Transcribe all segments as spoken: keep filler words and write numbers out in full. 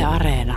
Areena.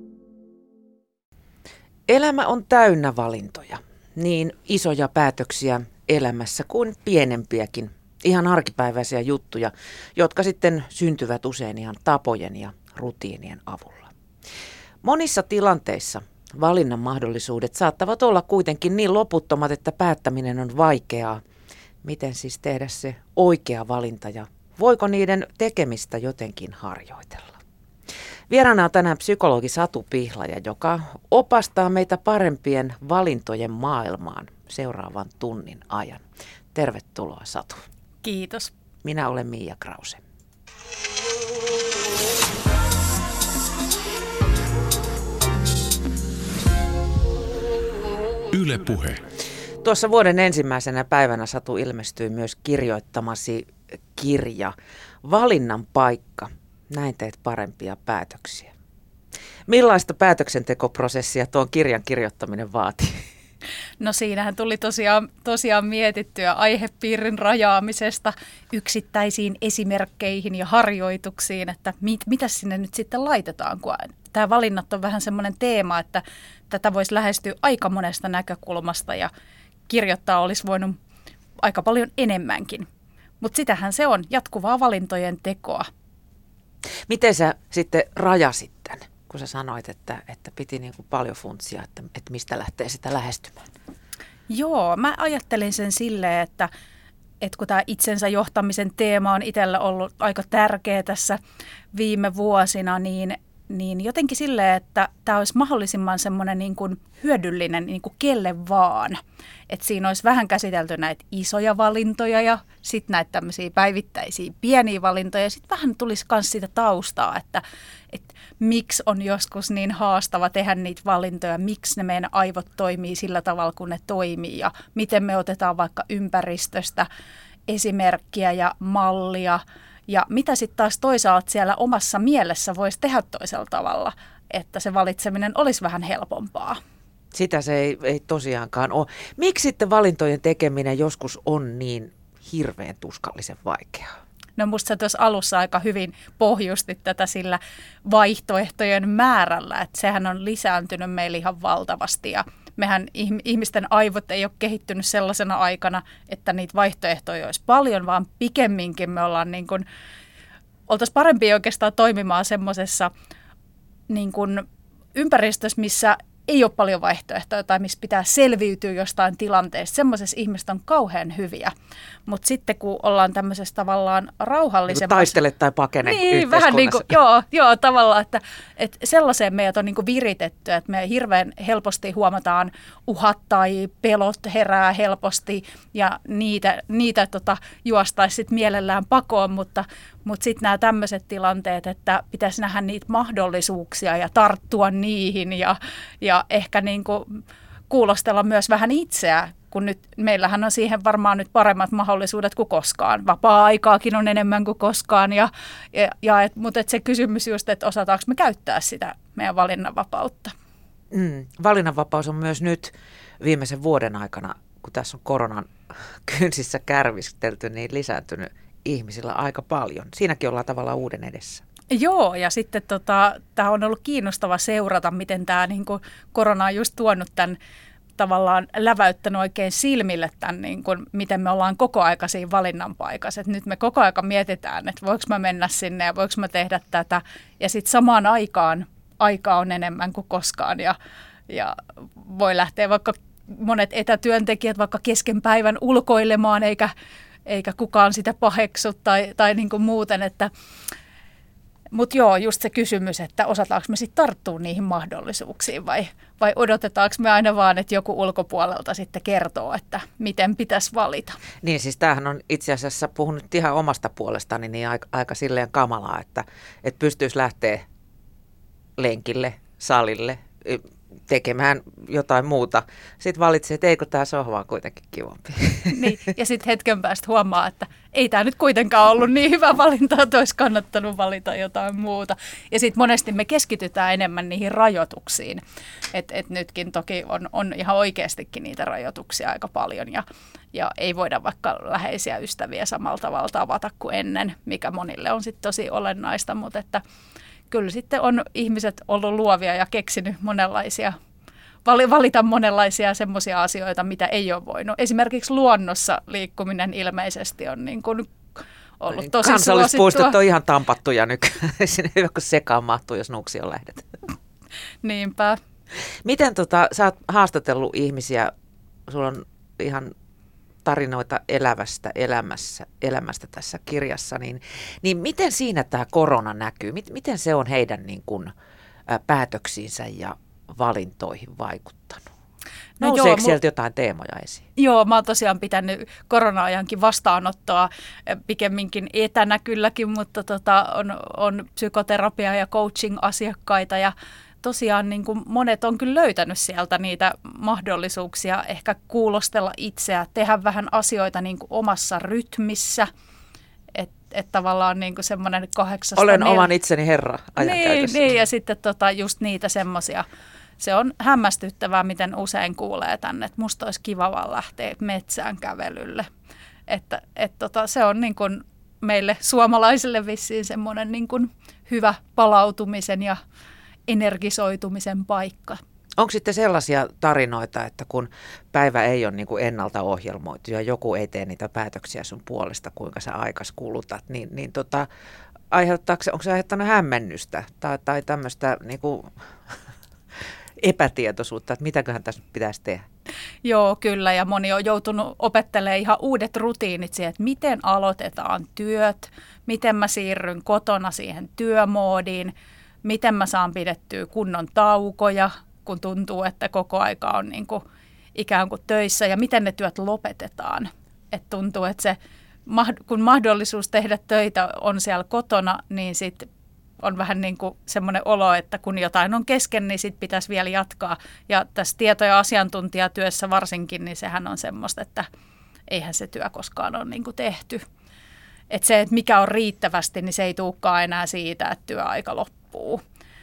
Elämä on täynnä valintoja. Niin isoja päätöksiä elämässä kuin pienempiäkin. Ihan arkipäiväisiä juttuja, jotka sitten syntyvät usein ihan tapojen ja rutiinien avulla. Monissa tilanteissa valinnan mahdollisuudet saattavat olla kuitenkin niin loputtomat, että päättäminen on vaikeaa. Miten siis tehdä se oikea valinta ja voiko niiden tekemistä jotenkin harjoitella? Vieraana on tänään psykologi Satu Pihlaja, joka opastaa meitä parempien valintojen maailmaan seuraavan tunnin ajan. Tervetuloa, Satu. Kiitos. Minä olen Miia Krause. Yle Puhe. Tuossa vuoden ensimmäisenä päivänä, Satu, ilmestyi myös kirjoittamasi kirja Valinnan paikka. Näin teet parempia päätöksiä. Millaista päätöksentekoprosessia tuon kirjan kirjoittaminen vaatii? No siinähän tuli tosiaan, tosiaan mietittyä aihepiirin rajaamisesta yksittäisiin esimerkkeihin ja harjoituksiin, että mit, mitä sinne nyt sitten laitetaan, kun tämä valinnat on vähän semmoinen teema, että tätä voisi lähestyä aika monesta näkökulmasta ja kirjoittaa olisi voinut aika paljon enemmänkin. Mutta sitähän se on, jatkuvaa valintojen tekoa. Miten sä sitten rajasit tämän, kun sä sanoit, että, että piti niin kuin paljon funtsia, että, että mistä lähtee sitä lähestymään? Joo, mä ajattelin sen silleen, että, että kun tämä itsensä johtamisen teema on itsellä ollut aika tärkeä tässä viime vuosina, niin, niin jotenkin silleen, että tämä olisi mahdollisimman semmoinen niin kuin hyödyllinen niin kuin kelle vaan. Että siinä olisi vähän käsitelty näitä isoja valintoja ja sitten näitä tämmöisiä päivittäisiä pieniä valintoja. Ja sitten vähän tulisi myös siitä taustaa, että, että miksi on joskus niin haastava tehdä niitä valintoja, miksi ne meidän aivot toimii sillä tavalla, kun ne toimii ja miten me otetaan vaikka ympäristöstä esimerkkiä ja mallia ja mitä sitten taas toisaalta siellä omassa mielessä voisi tehdä toisella tavalla, että se valitseminen olisi vähän helpompaa. Sitä se ei, ei tosiaankaan ole. Miksi sitten valintojen tekeminen joskus on niin hirveän tuskallisen vaikeaa? No musta sä tuossa alussa aika hyvin pohjustit tätä sillä vaihtoehtojen määrällä, että sehän on lisääntynyt meillä ihan valtavasti ja mehän ihmisten aivot ei ole kehittynyt sellaisena aikana, että niitä vaihtoehtoja olisi paljon, vaan pikemminkin me ollaan niin kuin, oltaisiin parempi oikeastaan toimimaan semmoisessa niin kuin ympäristössä, missä ei ole paljon vaihtoehtoja tai missä pitää selviytyä jostain tilanteesta. Semmoisessa ihmiset on kauhean hyviä. Mutta sitten kun ollaan tämmöisessä tavallaan rauhallisemmassa... Niin taistele tai pakene niin, vähän niin kuin, joo, joo, tavallaan, että, että sellaiseen meidät on niin kuin viritetty, että me hirveän helposti huomataan uhat tai pelot herää helposti ja niitä, niitä tota, juostaisi sitten mielellään pakoon, mutta, mutta sitten nämä tämmöiset tilanteet, että pitäisi nähdä niitä mahdollisuuksia ja tarttua niihin ja, ja ehkä niin kuin kuulostella myös vähän itseä, kun nyt meillähän on siihen varmaan nyt paremmat mahdollisuudet kuin koskaan. Vapaa-aikaakin on enemmän kuin koskaan, ja, ja, ja et, mutta et se kysymys just, että osataanko me käyttää sitä meidän valinnanvapautta. Mm, valinnanvapaus on myös nyt viimeisen vuoden aikana, kun tässä on koronan kynsissä kärvistelty, niin lisääntynyt ihmisillä aika paljon. Siinäkin ollaan tavallaan uuden edessä. Joo, ja sitten tota, tämä on ollut kiinnostava seurata, miten tämä niin kuin korona on just tuonut tämän tavallaan läväyttänyt oikein silmille tämän, niin kuin, miten me ollaan koko aika siinä valinnan paikassa. Et nyt me koko aika mietitään, että voiko mä mennä sinne ja voiko mä tehdä tätä. Ja sitten samaan aikaan aika on enemmän kuin koskaan ja, ja voi lähteä vaikka monet etätyöntekijät vaikka kesken päivän ulkoilemaan eikä, eikä kukaan sitä paheksu tai, tai niin kuin muuten, että mutta joo, just se kysymys, että osataanko me sitten tarttua niihin mahdollisuuksiin vai, vai odotetaanko me aina vaan, että joku ulkopuolelta sitten kertoo, että miten pitäisi valita. Niin siis tämähän on itse asiassa puhunut ihan omasta puolestani niin aika, aika silleen kamalaa, että, että pystyisi lähteä lenkille, salille, tekemään jotain muuta. Sitten valitsee, että eikö tämä sohva on kuitenkin kivampi. Niin, ja sitten hetken päästä huomaa, että ei tämä nyt kuitenkaan ollut niin hyvä valinta, että olisi kannattanut valita jotain muuta. Ja sitten monesti me keskitytään enemmän niihin rajoituksiin. Että et nytkin toki on, on ihan oikeastikin niitä rajoituksia aika paljon ja, ja ei voida vaikka läheisiä ystäviä samalla tavalla tavata kuin ennen, mikä monille on sitten tosi olennaista, mutta että kyllä sitten on ihmiset ollut luovia ja keksinyt monenlaisia, valita monenlaisia semmoisia asioita, mitä ei ole voinut. Esimerkiksi luonnossa liikkuminen ilmeisesti on niin kuin ollut tosi Kansallispuistot suosittua. on ihan tampattuja nykyään. Sinne hyvä, kun sekaan mahtuu, jos Nuuksioon lähdet. Niinpä. Miten tota, sä oot haastatellut ihmisiä, sulla on ihan tarinoita elävästä elämässä, elämästä tässä kirjassa, niin, niin miten siinä tämä korona näkyy? Miten se on heidän niin kuin, ä, päätöksiinsä ja valintoihin vaikuttanut? No Nouseeko joo, sieltä jotain teemoja esiin? Joo, mä oon tosiaan pitänyt korona-ajankin vastaanottoa pikemminkin etänä kylläkin, mutta tota, on, on psykoterapia- ja coaching-asiakkaita ja tosiaan niin kuin monet on kyllä löytänyt sieltä niitä mahdollisuuksia ehkä kuulostella itseä, tehdä vähän asioita niin kuin omassa rytmissä, että et tavallaan niin kuin semmoinen kahdeksasta... Olen nel... oman itseni herra ajankäytössä. Niin, niin, ja sitten tota, just niitä semmoisia. Se on hämmästyttävää, miten usein kuulee tänne, että musta olisi kiva vaan lähteä metsään kävelylle. Että et tota, se on niin kuin meille suomalaisille vissiin semmoinen niin kuin hyvä palautumisen ja energisoitumisen paikka. Onko sitten sellaisia tarinoita, että kun päivä ei ole niin kuin ennalta ohjelmoitu ja joku ei tee niitä päätöksiä sun puolesta, kuinka sä aikas kulutat, niin, niin tota, aiheuttaako se, onko se aiheuttanut hämmennystä tai, tai tämmöistä niin kuin epätietoisuutta, että mitäköhän tässä pitäisi tehdä? Joo, kyllä, ja moni on joutunut opettelemaan ihan uudet rutiinit siihen, että miten aloitetaan työt, miten mä siirryn kotona siihen työmoodiin, miten mä saan pidettyä kunnon taukoja, kun tuntuu, että koko aika on niin kuin ikään kuin töissä, ja miten ne työt lopetetaan. Et tuntuu, että se, kun mahdollisuus tehdä töitä on siellä kotona, niin sitten on vähän niin kuin semmoinen olo, että kun jotain on kesken, niin sitten pitäisi vielä jatkaa. Ja tässä tieto- ja asiantuntijatyössä varsinkin, niin sehän on semmoista, että eihän se työ koskaan ole niin kuin tehty. Että se, että mikä on riittävästi, niin se ei tulekaan enää siitä, että työaika loppuu.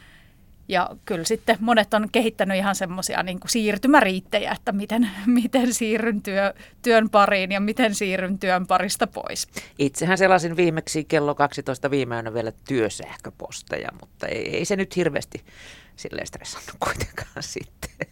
Ja kyllä sitten monet on kehittänyt ihan semmoisia niin kuin siirtymäriittejä, että miten, miten siirryn työ, työn pariin ja miten siirryn työn parista pois. Itsehän selasin viimeksi kello kaksitoista viimeinen vielä työsähköposteja, mutta ei, ei se nyt hirveästi silleen stressannut kuitenkaan sitten.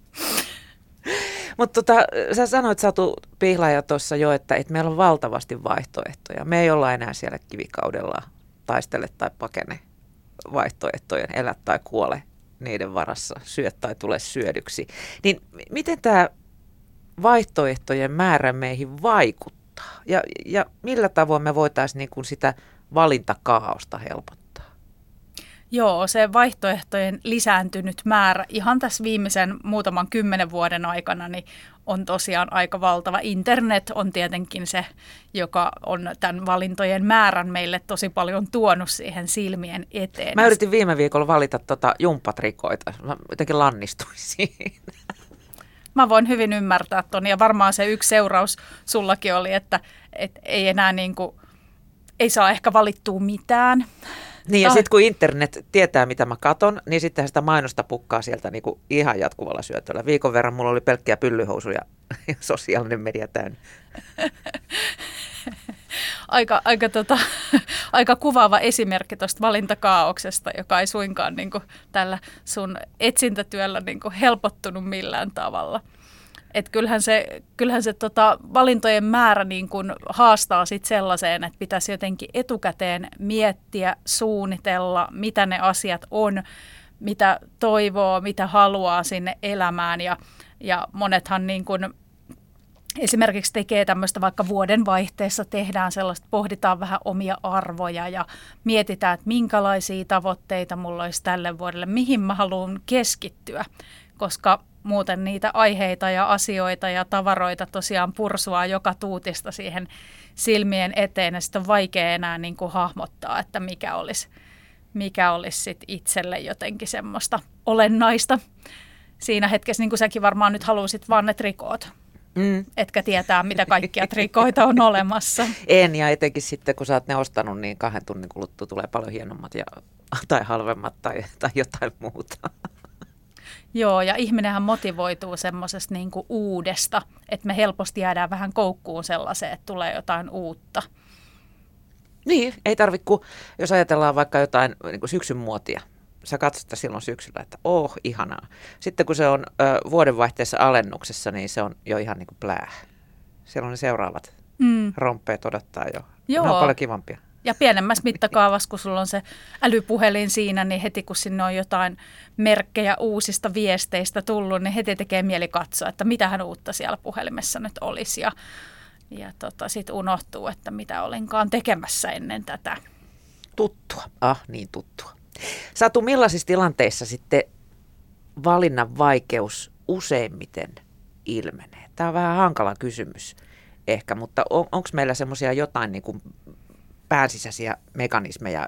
Mutta tota, sä sanoit, Satu Pihlaja tuossa jo, että, että meillä on valtavasti vaihtoehtoja. Me ei olla enää siellä kivikaudella taistele tai pakene vaihtoehtojen, elä tai kuole niiden varassa, syö tai tule syödyksi. Niin miten tämä vaihtoehtojen määrä meihin vaikuttaa ja, ja millä tavoin me voitaisiin niin kuin sitä valintakaaosta helpottaa? Joo, se vaihtoehtojen lisääntynyt määrä ihan tässä viimeisen muutaman kymmenen vuoden aikana niin on tosiaan aika valtava. Internet on tietenkin se, joka on tämän valintojen määrän meille tosi paljon tuonut siihen silmien eteen. Mä yritin viime viikolla valita tota jumppatrikoita. Mä jotenkin lannistuin siinä. Mä voin hyvin ymmärtää ton ja varmaan se yksi seuraus sullakin oli, että et ei enää niin kuin, ei saa ehkä valittua mitään. Niin ja sitten kun internet tietää, mitä mä katon, niin sitten sitä mainosta pukkaa sieltä niinku ihan jatkuvalla syötöllä. Viikon verran mulla oli pelkkiä pyllyhousuja ja sosiaalinen media täynnä. Aika, aika, tota, aika kuvaava esimerkki tuosta valintakaauksesta, joka ei suinkaan niin kuin tällä sun etsintätyöllä niin kuin helpottunut millään tavalla. Et kyllähän se, kyllähän se tota, valintojen määrä niin kuin haastaa sit sellaiseen, että pitäisi jotenkin etukäteen miettiä, suunnitella, mitä ne asiat on, mitä toivoo, mitä haluaa sinne elämään. Ja, ja monethan niin kuin esimerkiksi tekee tämmöistä, vaikka vuoden vaihteessa tehdään sellaista, pohditaan vähän omia arvoja ja mietitään, että minkälaisia tavoitteita mulla olisi tälle vuodelle, mihin mä haluan keskittyä, koska muuten niitä aiheita ja asioita ja tavaroita tosiaan pursuaa joka tuutista siihen silmien eteen ja sitten on vaikea enää niin kuin hahmottaa, että mikä olisi, mikä olisi sit itselle jotenkin semmoista olennaista. Siinä hetkessä, niin kuin säkin varmaan nyt haluaisit vaan ne trikoot. Mm. Etkä tietää, mitä kaikkia trikoita on olemassa. En, ja etenkin sitten, kun sä oot ne ostanut, niin kahden tunnin kuluttua tulee paljon hienommat ja, tai halvemmat tai, tai jotain muuta. Joo, ja ihminenhän motivoituu semmoisesta niin kuin uudesta, että me helposti jäädään vähän koukkuun sellaiseen, että tulee jotain uutta. Niin, ei tarvitse, kun jos ajatellaan vaikka jotain niin kuin syksyn muotia. Sä katsot sitä silloin syksyllä, että oh, ihanaa. Sitten kun se on ö, vuodenvaihteessa alennuksessa, niin se on jo ihan niin kuin plää. Siellä on ne seuraavat mm. romppeet odottaa jo. Joo. Ne on paljon kivampia. Ja pienemmässä mittakaavassa, kun sulla on se älypuhelin siinä, niin heti kun sinne on jotain merkkejä uusista viesteistä tullut, niin heti tekee mieli katsoa, että mitähän uutta siellä puhelimessa nyt olisi. Ja, ja tota, sitten unohtuu, että mitä olinkaan tekemässä ennen tätä. Tuttua. Ah, niin tuttua. Satu, millaisissa tilanteissa sitten valinnan vaikeus useimmiten ilmenee? Tämä on vähän hankala kysymys ehkä, mutta on, onko meillä semmoisia jotain niin kuin päänsisäisiä mekanismeja,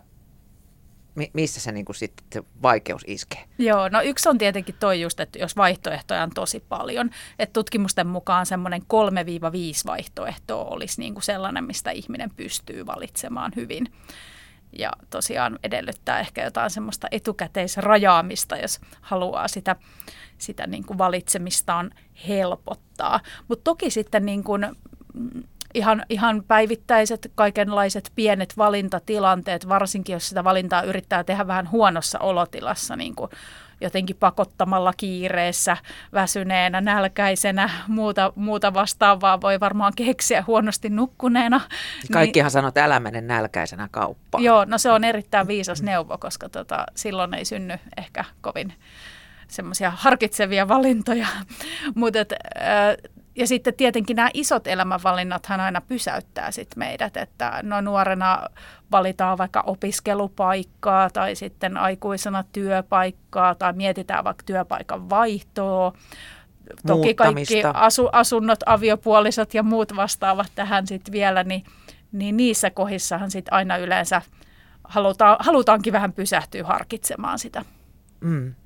missä se, niin kuin sitten se vaikeus iskee? Joo, no yksi on tietenkin toi just, että jos vaihtoehtoja on tosi paljon, että tutkimusten mukaan semmoinen kolme viisi vaihtoehtoa olisi niin kuin sellainen, mistä ihminen pystyy valitsemaan hyvin. Ja tosiaan edellyttää ehkä jotain semmoista etukäteisrajaamista, jos haluaa sitä, sitä niin kuin valitsemistaan helpottaa. Mutta toki sitten niin kuin ihan, ihan päivittäiset kaikenlaiset pienet valintatilanteet, varsinkin jos sitä valintaa yrittää tehdä vähän huonossa olotilassa, niin kuin jotenkin pakottamalla kiireessä, väsyneenä, nälkäisenä, muuta, muuta vastaavaa voi varmaan keksiä huonosti nukkuneena. Kaikkihan niin, sanoo, että älä mene nälkäisenä kauppaan. Joo, no se on erittäin viisas neuvo, koska tota, silloin ei synny ehkä kovin semmoisia harkitsevia valintoja. Mut et, äh, ja sitten tietenkin nämä isot elämänvalinnathan aina pysäyttää sit meidät, että no nuorena valitaan vaikka opiskelupaikkaa tai sitten aikuisena työpaikkaa tai mietitään vaikka työpaikan vaihtoa. Toki kaikki asu, asunnot, aviopuolisot ja muut vastaavat tähän sitten vielä, niin, niin niissä kohdissahan sitten aina yleensä halutaan, halutaankin vähän pysähtyä harkitsemaan sitä. Mm.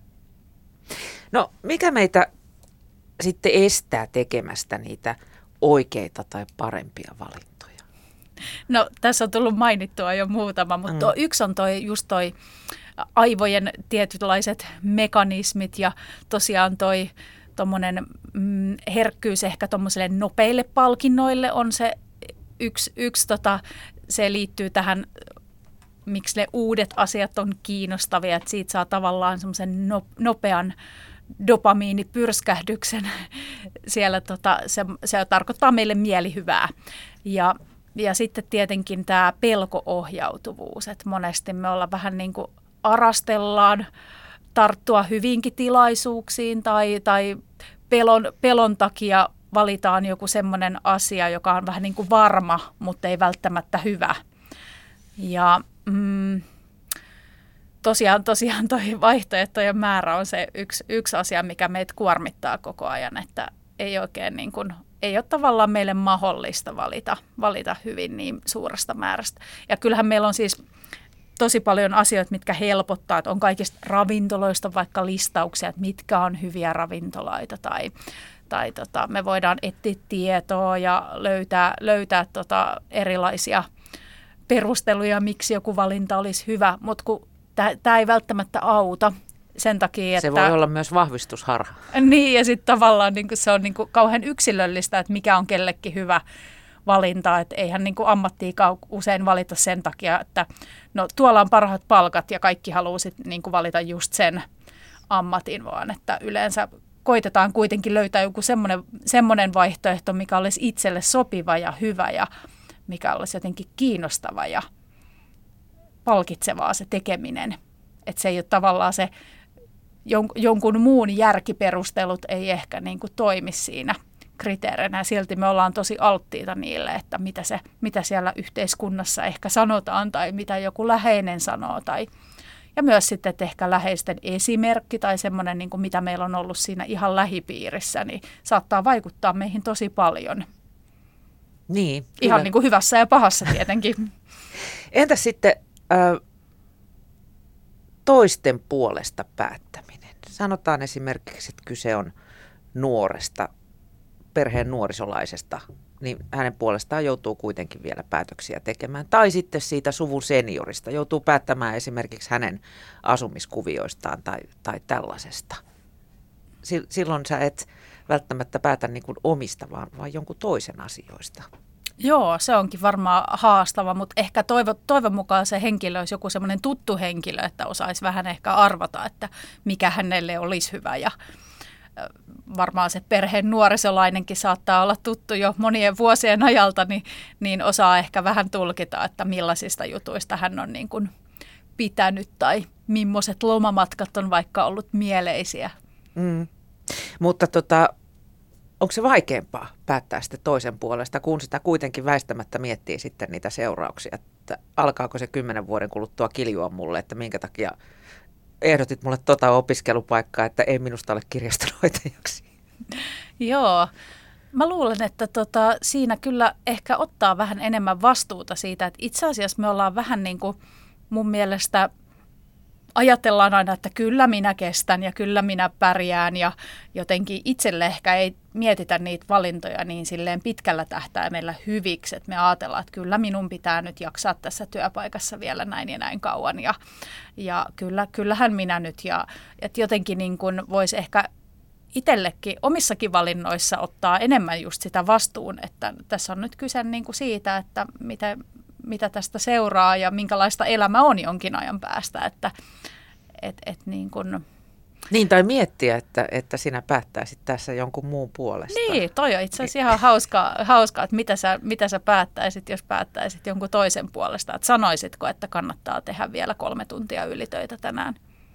No mikä meitä sitten estää tekemästä niitä oikeita tai parempia valintoja? No tässä on tullut mainittua jo muutama, mutta mm. yksi on toi, just toi aivojen tietynlaiset mekanismit ja tosiaan toi tommonen mm, herkkyys ehkä tommosille nopeille palkinnoille on se yksi, yksi tota, se liittyy tähän, miksi ne uudet asiat on kiinnostavia, että siitä saa tavallaan semmoisen no, nopean dopamiinipyrskähdyksen. Siellä tota, se, se tarkoittaa meille mielihyvää. Ja, ja sitten tietenkin tämä pelko-ohjautuvuus, että monesti me ollaan vähän niin kuin arastellaan tarttua hyvinkin tilaisuuksiin tai, tai pelon, pelon takia valitaan joku semmoinen asia, joka on vähän niin kuin varma, mutta ei välttämättä hyvä. Ja mm, tosiaan, tosiaan toi vaihtoehtojen määrä on se yksi, yksi asia, mikä meitä kuormittaa koko ajan, että ei oikein niin kuin, ei ole tavallaan meille mahdollista valita, valita hyvin niin suuresta määrästä. Ja kyllähän meillä on siis tosi paljon asioita, mitkä helpottaa, että on kaikista ravintoloista vaikka listauksia, että mitkä on hyviä ravintoloita tai, tai tota, me voidaan etsiä tietoa ja löytää, löytää tota erilaisia perusteluja, miksi joku valinta olisi hyvä, mutta kun tämä ei välttämättä auta sen takia, että se voi olla myös vahvistusharha. Niin, ja sitten tavallaan niin se on niin kauhean yksilöllistä, että mikä on kellekin hyvä valinta, että eihän niin ammattiikaan usein valita sen takia, että no tuolla on parhaat palkat ja kaikki haluaa sit niin valita just sen ammatin, vaan että yleensä koitetaan kuitenkin löytää joku semmoinen, semmoinen vaihtoehto, mikä olisi itselle sopiva ja hyvä ja mikä olisi jotenkin kiinnostava ja palkitsevaa se tekeminen. Että se ei ole tavallaan se jonkun muun järkiperustelut ei ehkä niin kuin toimi siinä kriteerinä. Silti me ollaan tosi alttiita niille, että mitä, se, mitä siellä yhteiskunnassa ehkä sanotaan tai mitä joku läheinen sanoo. Tai, ja myös sitten, että ehkä läheisten esimerkki tai semmoinen, niin kuin mitä meillä on ollut siinä ihan lähipiirissä, niin saattaa vaikuttaa meihin tosi paljon. Niin, ihan niin kuin hyvässä ja pahassa tietenkin. Entäs sitten ö, toisten puolesta päättäminen? Sanotaan esimerkiksi, että kyse on nuoresta, perheen nuorisolaisesta, niin hänen puolestaan joutuu kuitenkin vielä päätöksiä tekemään. Tai sitten siitä suvun seniorista joutuu päättämään esimerkiksi hänen asumiskuvioistaan tai, tai tällaisesta. Silloin sä et välttämättä päätä niin kuin omista, vaan, vaan jonkun toisen asioista. Joo, se onkin varmaan haastava, mutta ehkä toivo, toivon mukaan se henkilö olisi joku semmoinen tuttu henkilö, että osaisi vähän ehkä arvata, että mikä hänelle olisi hyvä. Ja varmaan se perheen nuorisolainenkin saattaa olla tuttu jo monien vuosien ajalta, niin, niin osaa ehkä vähän tulkita, että millaisista jutuista hän on niin kuin pitänyt tai millaiset lomamatkat on vaikka ollut mieleisiä. Mm. Mutta tota, onko se vaikeampaa päättää sitten toisen puolesta, kun sitä kuitenkin väistämättä miettii sitten niitä seurauksia, että alkaako se kymmenen vuoden kuluttua kiljua mulle, että minkä takia ehdotit mulle tota opiskelupaikkaa, että ei minusta ole kirjastonhoitajaksi. Joo, mä luulen, että tota, siinä kyllä ehkä ottaa vähän enemmän vastuuta siitä, että itse asiassa me ollaan vähän niin kuin mun mielestä ajatellaan aina, että kyllä minä kestän ja kyllä minä pärjään ja jotenkin itselle ehkä ei mietitä niitä valintoja niin silleen pitkällä tähtäimellä hyviksi, että me ajatellaan, että kyllä minun pitää nyt jaksaa tässä työpaikassa vielä näin ja näin kauan ja, ja kyllä, kyllähän minä nyt ja että jotenkin niin kuin voisi ehkä itsellekin omissakin valinnoissa ottaa enemmän just sitä vastuun, että tässä on nyt kyse niin kuin siitä, että miten mitä tästä seuraa ja minkälaista elämä on jonkin ajan päästä. Että, et, et niin, kun... niin, tai miettiä, että, että sinä päättäisit tässä jonkun muun puolesta. Niin, toi on itse asiassa ihan hauskaa, hauskaa että mitä sä, mitä sä päättäisit, jos päättäisit jonkun toisen puolesta. Että sanoisitko, että kannattaa tehdä vielä kolme tuntia ylitöitä tänään?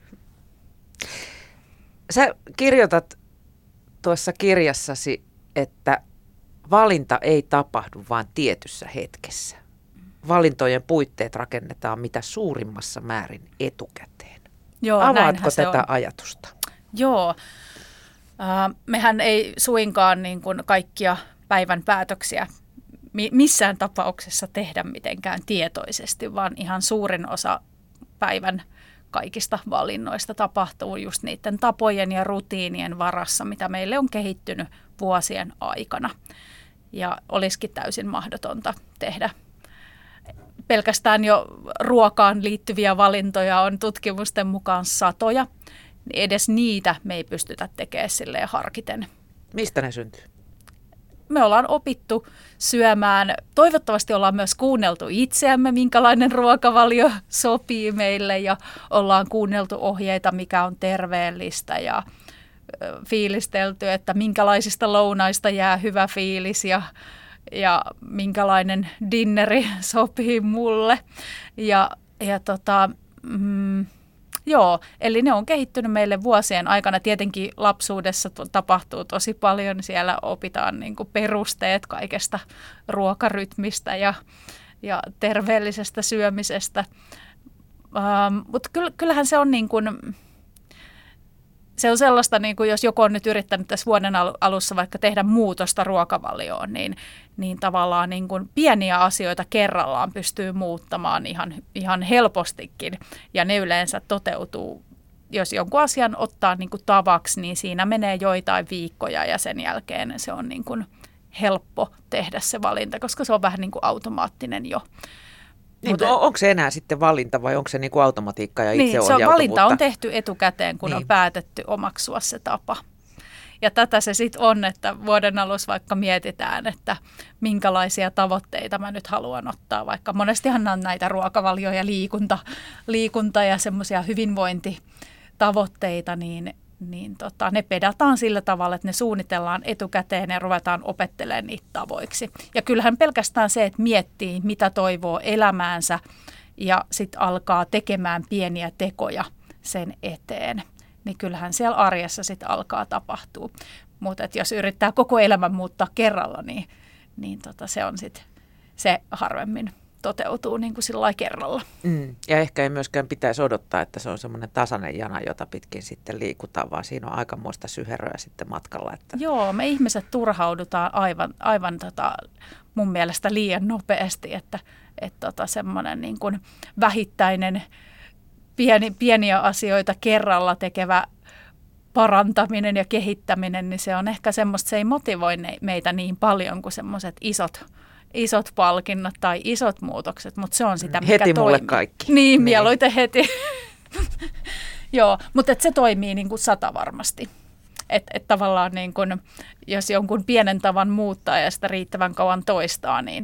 Sä kirjoitat tuossa kirjassasi, että valinta ei tapahdu vain tietyssä hetkessä. Valintojen puitteet rakennetaan mitä suurimmassa määrin etukäteen. Joo, avaatko tätä on. ajatusta? Joo. Äh, mehän ei suinkaan niin kuin kaikkia päivän päätöksiä mi- missään tapauksessa tehdä mitenkään tietoisesti, vaan ihan suurin osa päivän kaikista valinnoista tapahtuu just niiden tapojen ja rutiinien varassa, mitä meille on kehittynyt vuosien aikana. Ja olisikin täysin mahdotonta tehdä pelkästään jo ruokaan liittyviä valintoja on tutkimusten mukaan satoja, niin edes niitä me ei pystytä tekemään silleen harkiten. Mistä ne syntyy? Me ollaan opittu syömään, toivottavasti ollaan myös kuunneltu itseämme, minkälainen ruokavalio sopii meille ja ollaan kuunneltu ohjeita, mikä on terveellistä ja fiilistelty, että minkälaisista lounaista jää hyvä fiilis ja ja minkälainen dinneri sopii mulle. Ja, ja tota, mm, joo, eli ne on kehittynyt meille vuosien aikana. Tietenkin lapsuudessa tapahtuu tosi paljon. Siellä opitaan niin kuin perusteet kaikesta ruokarytmistä ja, ja terveellisestä syömisestä. Ähm, mutta kyllähän se on niin kuin... Se on sellaista, niin kuin jos joku on nyt yrittänyt tässä vuoden alussa vaikka tehdä muutosta ruokavalioon, niin, niin tavallaan niin kuin pieniä asioita kerrallaan pystyy muuttamaan ihan, ihan helpostikin. Ja ne yleensä toteutuu, jos jonkun asian ottaa niin kuin tavaksi, niin siinä menee joitain viikkoja ja sen jälkeen se on niin kuin helppo tehdä se valinta, koska se on vähän niin kuin automaattinen jo. Niin, Mutta, onko se enää sitten valinta vai onko se niin kuin automatiikka ja itseohjautuvuutta? Niin, se valinta on tehty etukäteen, kun niin. on päätetty omaksua se tapa. Ja tätä se sitten on, että vuoden alussa vaikka mietitään, että minkälaisia tavoitteita mä nyt haluan ottaa. Vaikka monestihan on näitä ruokavalio- ja liikunta, liikunta ja semmoisia hyvinvointitavoitteita, niin, niin tota, ne pedataan sillä tavalla, että ne suunnitellaan etukäteen ja ruvetaan opettelemaan niitä tavoiksi. Ja kyllähän pelkästään se, että miettii, mitä toivoo elämäänsä ja sitten alkaa tekemään pieniä tekoja sen eteen, niin kyllähän siellä arjessa sitten alkaa tapahtua. Mutta jos yrittää koko elämän muuttaa kerralla, niin, niin tota, se on sitten se harvemmin toteutuu niin kuin sillä lailla kerralla. Mm. Ja ehkä ei myöskään pitäisi odottaa, että se on semmoinen tasainen jana, jota pitkin sitten liikutaan, vaan siinä on aikamoista syheröä sitten matkalla. Että... Joo, me ihmiset turhaudutaan aivan, aivan tota, mun mielestä liian nopeasti, että et tota, semmoinen niin kuin vähittäinen pieni, pieniä asioita kerralla tekevä parantaminen ja kehittäminen, niin se on ehkä semmoista, se ei motivoi meitä niin paljon kuin semmoiset isot isot palkinnot tai isot muutokset, mutta se on sitä, mikä heti toimii. Mulle kaikki. Niin, niin. Mieluiten heti. Joo, mutta et se toimii niin kuin sata varmasti. Että et tavallaan niin kuin, jos jonkun pienen tavan muuttaa ja sitä riittävän kauan toistaa, niin,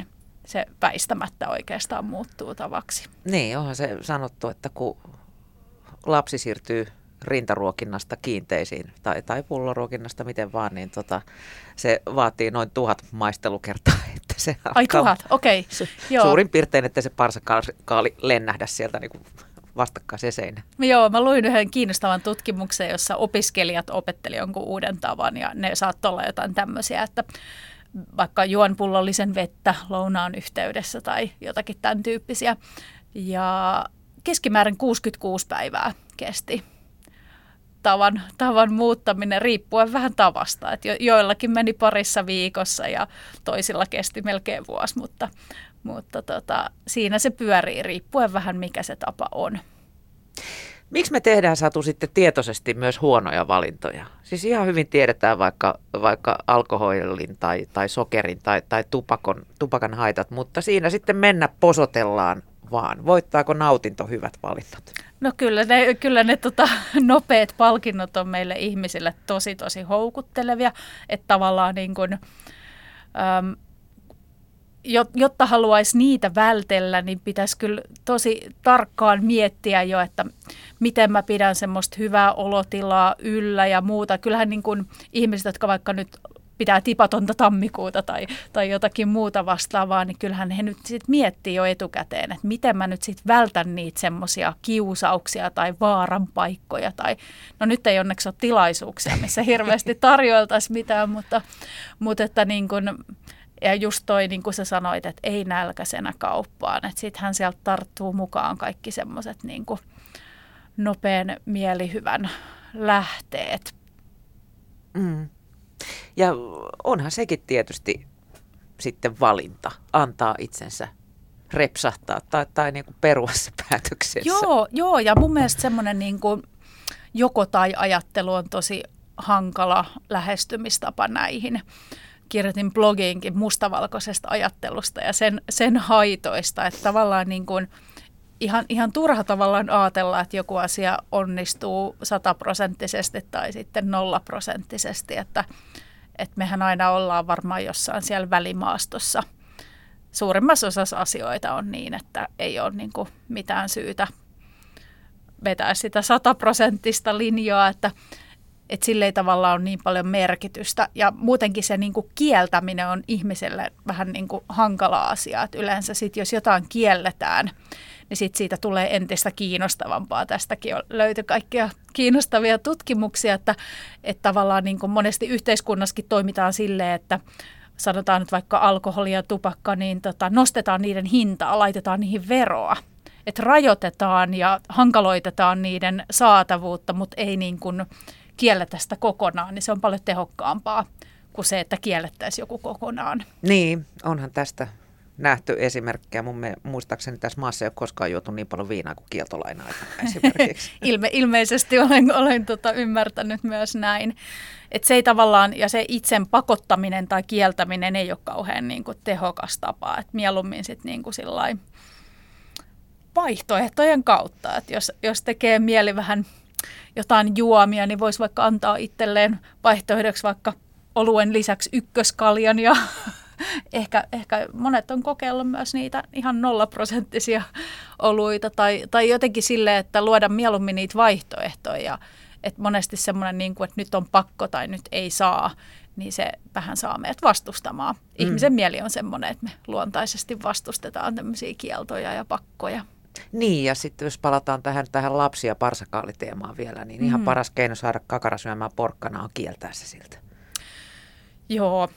se väistämättä oikeastaan muuttuu tavaksi. Niin, onhan se sanottu, että kun lapsi siirtyy rintaruokinnasta kiinteisiin tai, tai pulloruokinnasta, miten vaan, niin tota, se vaatii noin tuhat maistelukertaa. Että se Ai tuhat, okei. Okay. Su- suurin piirtein, että se parsakaali lennähdä sieltä niin kuin vastakkaiseen seinään. Joo, mä luin yhden kiinnostavan tutkimuksen, jossa opiskelijat opetteli jonkun uuden tavan ja ne saattoi olla jotain tämmöisiä, että vaikka juon pullollisen vettä lounaan yhteydessä tai jotakin tämän tyyppisiä. Ja keskimäärin kuusikymmentäkuusi päivää kesti tavan, tavan muuttaminen riippuen vähän tavasta. Et jo, joillakin meni parissa viikossa ja toisilla kesti melkein vuosi, mutta, mutta tota, siinä se pyörii riippuen vähän mikä se tapa on. Miksi me tehdään, Satu, sitten tietoisesti myös huonoja valintoja? Siis ihan hyvin tiedetään vaikka, vaikka alkoholin tai, tai sokerin tai, tai tupakon, tupakan haitat, mutta siinä sitten mennä posotellaan vaan. Voittaako nautinto hyvät valinnat? No kyllä ne, kyllä ne tota, nopeat palkinnot on meille ihmisille tosi tosi houkuttelevia, että tavallaan niin kuin, äm, jotta haluaisi niitä vältellä, niin pitäisi kyllä tosi tarkkaan miettiä jo, että miten mä pidän semmoista hyvää olotilaa yllä ja muuta. Kyllähän niin kuin ihmiset, jotka vaikka nyt pitää tipatonta tammikuuta tai, tai jotakin muuta vastaavaa, niin kyllähän he nyt sit miettii jo etukäteen, että miten mä nyt sitten vältän niitä semmoisia kiusauksia tai vaaran paikkoja. Tai, no nyt ei onneksi ole tilaisuuksia, missä hirveästi tarjoiltaisi mitään, mutta, mutta että niin kuin, ja just toi, niin kuin sä sanoit, että ei nälkäisenä kauppaan. Että sittenhän sieltä tarttuu mukaan kaikki semmoiset niin kuin nopean mielihyvän lähteet. Mm. Ja onhan sekin tietysti sitten valinta, antaa itsensä repsahtaa tai, tai niin kuin perua se päätöksensä. Joo, joo, ja mun mielestä semmoinen niin kuin joko tai ajattelu on tosi hankala lähestymistapa näihin. Kirjoitin blogiinkin mustavalkoisesta ajattelusta ja sen, sen haitoista, että tavallaan niin kuin ihan, ihan turha tavallaan ajatella, että joku asia onnistuu sataprosenttisesti tai sitten nollaprosenttisesti, että, että mehän aina ollaan varmaan jossain siellä välimaastossa. Suurimmassa osassa asioita on niin, että ei ole niin kuin mitään syytä vetää sitä sataprosenttista linjaa, että että sillä ei tavallaan ole niin paljon merkitystä. Ja muutenkin se niin kuin kieltäminen on ihmiselle vähän niin kuin hankala asia. Että yleensä sit, jos jotain kielletään, niin sit siitä tulee entistä kiinnostavampaa. Tästäkin on löyty kaikkia kiinnostavia tutkimuksia, että, että tavallaan niin kuin monesti yhteiskunnassakin toimitaan silleen, että sanotaan nyt vaikka alkoholi ja tupakka, niin tota, nostetaan niiden hintaa, laitetaan niihin veroa. Että rajoitetaan ja hankaloitetaan niiden saatavuutta, mutta ei niin kuin kielletä sitä kokonaan, niin se on paljon tehokkaampaa kuin se, että kiellettäisiin joku kokonaan. Niin, onhan tästä nähty esimerkkejä. Mun me, muistaakseni tässä maassa ei ole koskaan juotu niin paljon viinaa kuin kieltolain aikana esimerkiksi. Ilme, ilmeisesti olen, olen tota ymmärtänyt myös näin. Että se ei tavallaan, ja se itsen pakottaminen tai kieltäminen ei ole kauhean niin kuin tehokas tapa. Että mieluummin sitten niin kuin sillain vaihtoehtojen kautta. Että jos, jos tekee mieli vähän jotain juomia, niin voisi vaikka antaa itselleen vaihtoehdoksi vaikka oluen lisäksi ykköskaljan ja ehkä, ehkä monet on kokeillut myös niitä ihan nollaprosenttisia oluita tai, tai jotenkin silleen, että luoda mieluummin niitä vaihtoehtoja. Että monesti semmoinen, niin kuin, että nyt on pakko tai nyt ei saa, niin se vähän saa meidät vastustamaan. Ihmisen mm. mieli on semmoinen, että me luontaisesti vastustetaan tämmöisiä kieltoja ja pakkoja. Niin, ja sitten jos palataan tähän, tähän lapsi- ja parsakaaliteemaan vielä, niin ihan mm. paras keino saada kakara syömään porkkana on kieltää se siltä. Joo,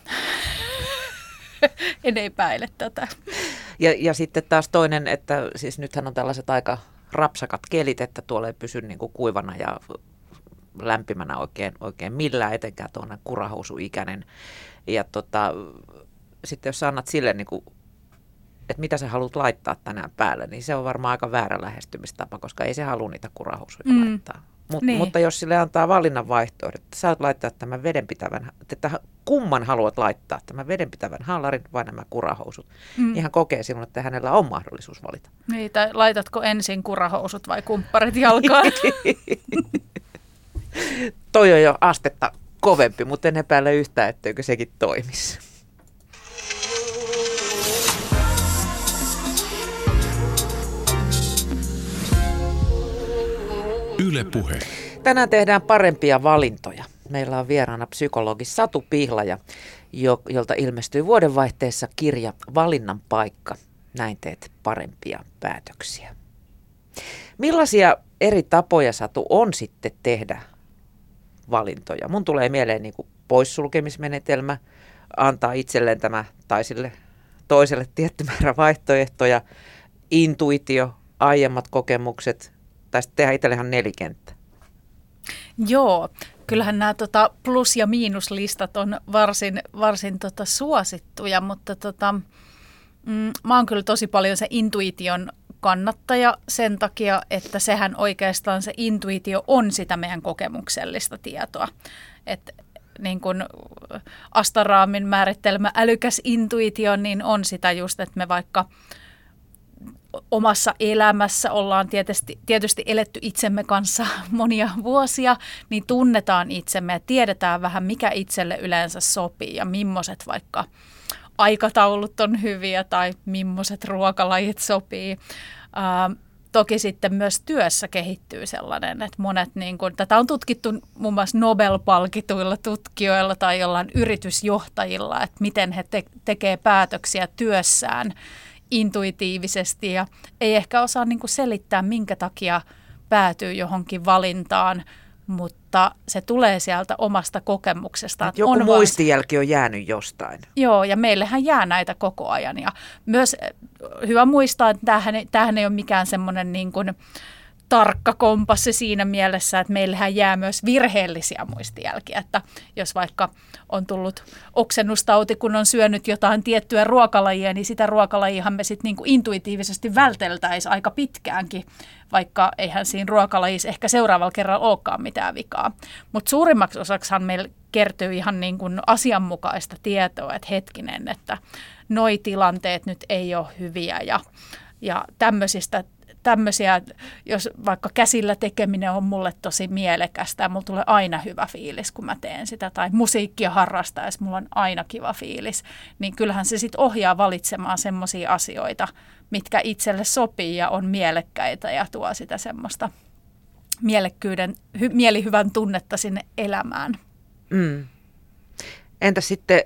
en epäile tätä. Ja, ja sitten taas toinen, että siis nythän on tällaiset aika rapsakat kelit, että tuolla ei pysy niin kuin kuivana ja lämpimänä oikein, oikein millään, etenkään tuonne kurahousuikäinen. Ja tota, sitten jos sä annat sille niin kuin että mitä sä haluat laittaa tänään päälle, niin se on varmaan aika väärä lähestymistapa, koska ei se halua niitä kurahousuja mm. laittaa. Mut, niin. Mutta jos sille antaa valinnan vaihtoehdot, että sä oot laittaa tämän vedenpitävän, että kumman haluat laittaa, tämän vedenpitävän haalarin vai nämä kurahousut, mm. niin hän kokee silloin, että hänellä on mahdollisuus valita. Niitä, laitatko ensin kurahousut vai kumpparit jalkaan? Toi on jo astetta kovempi, mutta en epäile yhtään, etteikö sekin toimisi. Yle Puhe. Tänään tehdään parempia valintoja. Meillä on vieraana psykologi Satu Pihlaja, jolta ilmestyy vuodenvaihteessa kirja Valinnan paikka. Näin teet parempia päätöksiä. Millaisia eri tapoja, Satu, on sitten tehdä valintoja? Mun tulee mieleen niin kuin poissulkemismenetelmä, antaa itselleen tämä tai sille toiselle tietty määrä vaihtoehtoja, intuitio, aiemmat kokemukset, tai sitten tehdä itselle ihan nelikenttä. Joo, kyllähän nämä tota, plus- ja miinuslistat on varsin, varsin tota, suosittuja, mutta tota, mm, mä oon kyllä tosi paljon se intuition kannattaja sen takia, että sehän oikeastaan se intuitio on sitä meidän kokemuksellista tietoa. Et, niin kuin Astaraamin määrittelemä älykäs intuitio, niin on sitä just, että me vaikka omassa elämässä ollaan tietysti, tietysti eletty itsemme kanssa monia vuosia, niin tunnetaan itsemme ja tiedetään vähän, mikä itselle yleensä sopii ja millaiset vaikka aikataulut on hyviä tai millaiset ruokalajit sopii. Ää, toki sitten myös työssä kehittyy sellainen, että monet, niin kuin, tätä on tutkittu muun muassa Nobel-palkituilla tutkijoilla tai jollain yritysjohtajilla, että miten he te- tekee päätöksiä työssään intuitiivisesti ja ei ehkä osaa niin kuin selittää, minkä takia päätyy johonkin valintaan, mutta se tulee sieltä omasta kokemuksesta. Että joku on muistijälki on jäänyt jostain. Joo, ja meillähän jää näitä koko ajan. Ja myös hyvä muistaa, että tämähän, tämähän ei ole mikään semmoinen niin kuin tarkka kompassi siinä mielessä, että meillähän jää myös virheellisiä muistijälkiä, että jos vaikka on tullut oksennustauti, kun on syönyt jotain tiettyä ruokalajia, niin sitä ruokalajiahan me sitten niinku intuitiivisesti välteltäisiin aika pitkäänkin, vaikka eihän siinä ruokalajissa ehkä seuraavalla kerralla olekaan mitään vikaa. Mutta suurimmaksi osaksihan meillä kertyy ihan niin kuin asianmukaista tietoa, että hetkinen, että noi tilanteet nyt ei ole hyviä ja, ja tämmöisistä Tämmöisiä, jos vaikka käsillä tekeminen on mulle tosi mielekästä ja mulla tulee aina hyvä fiilis, kun mä teen sitä, tai musiikkia harrastaessa mulla on aina kiva fiilis, niin kyllähän se sitten ohjaa valitsemaan semmoisia asioita, mitkä itselle sopii ja on mielekkäitä ja tuo sitä semmoista mielekkyyden, hy, mielihyvän tunnetta sinne elämään. Mm. Entä sitten,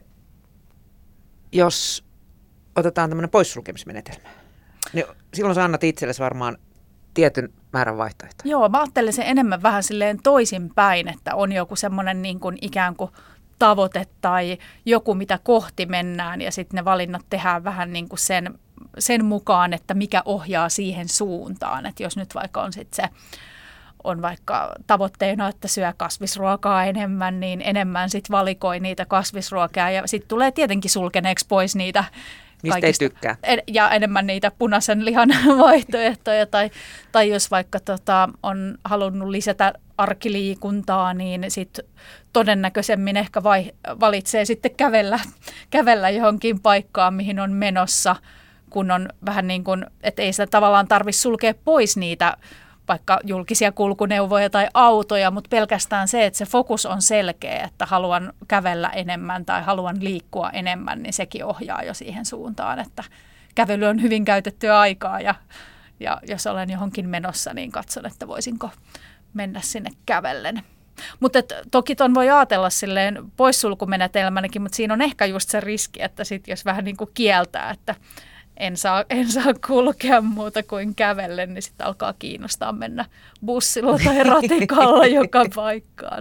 jos otetaan tämmöinen poissulkemismenetelmä? Niin silloin sä annat itsellesi varmaan tietyn määrän vaihtoehtoja. Joo, mä ajattelen sen enemmän vähän silleen toisinpäin, että on joku semmoinen niin kuin ikään kuin tavoite tai joku, mitä kohti mennään ja sitten ne valinnat tehdään vähän niin kuin sen, sen mukaan, että mikä ohjaa siihen suuntaan. Että jos nyt vaikka on sitten se, on vaikka tavoitteena, että syö kasvisruokaa enemmän, niin enemmän sitten valikoi niitä kasvisruokaa ja sitten tulee tietenkin sulkeneeksi pois niitä mistä ei tykkää. Ja enemmän niitä punaisen lihan vaihtoehtoja. Tai, tai jos vaikka tota, on halunnut lisätä arkiliikuntaa, niin sit todennäköisemmin ehkä vai, valitsee sitten kävellä, kävellä johonkin paikkaan, mihin on menossa, kun on vähän niin kuin, että ei sitä tavallaan tarvitse sulkea pois niitä vaikka julkisia kulkuneuvoja tai autoja, mutta pelkästään se, että se fokus on selkeä, että haluan kävellä enemmän tai haluan liikkua enemmän, niin sekin ohjaa jo siihen suuntaan, että kävely on hyvin käytettyä aikaa ja, ja jos olen johonkin menossa, niin katson, että voisinko mennä sinne kävellen. Mutta toki ton voi ajatella silleen poissulkumenetelmänäkin, mutta siinä on ehkä just se riski, että sit jos vähän niin kuin kieltää, että En saa, en saa kulkea muuta kuin kävellen, niin sitten alkaa kiinnostaa mennä bussilla tai ratikalla joka paikkaan.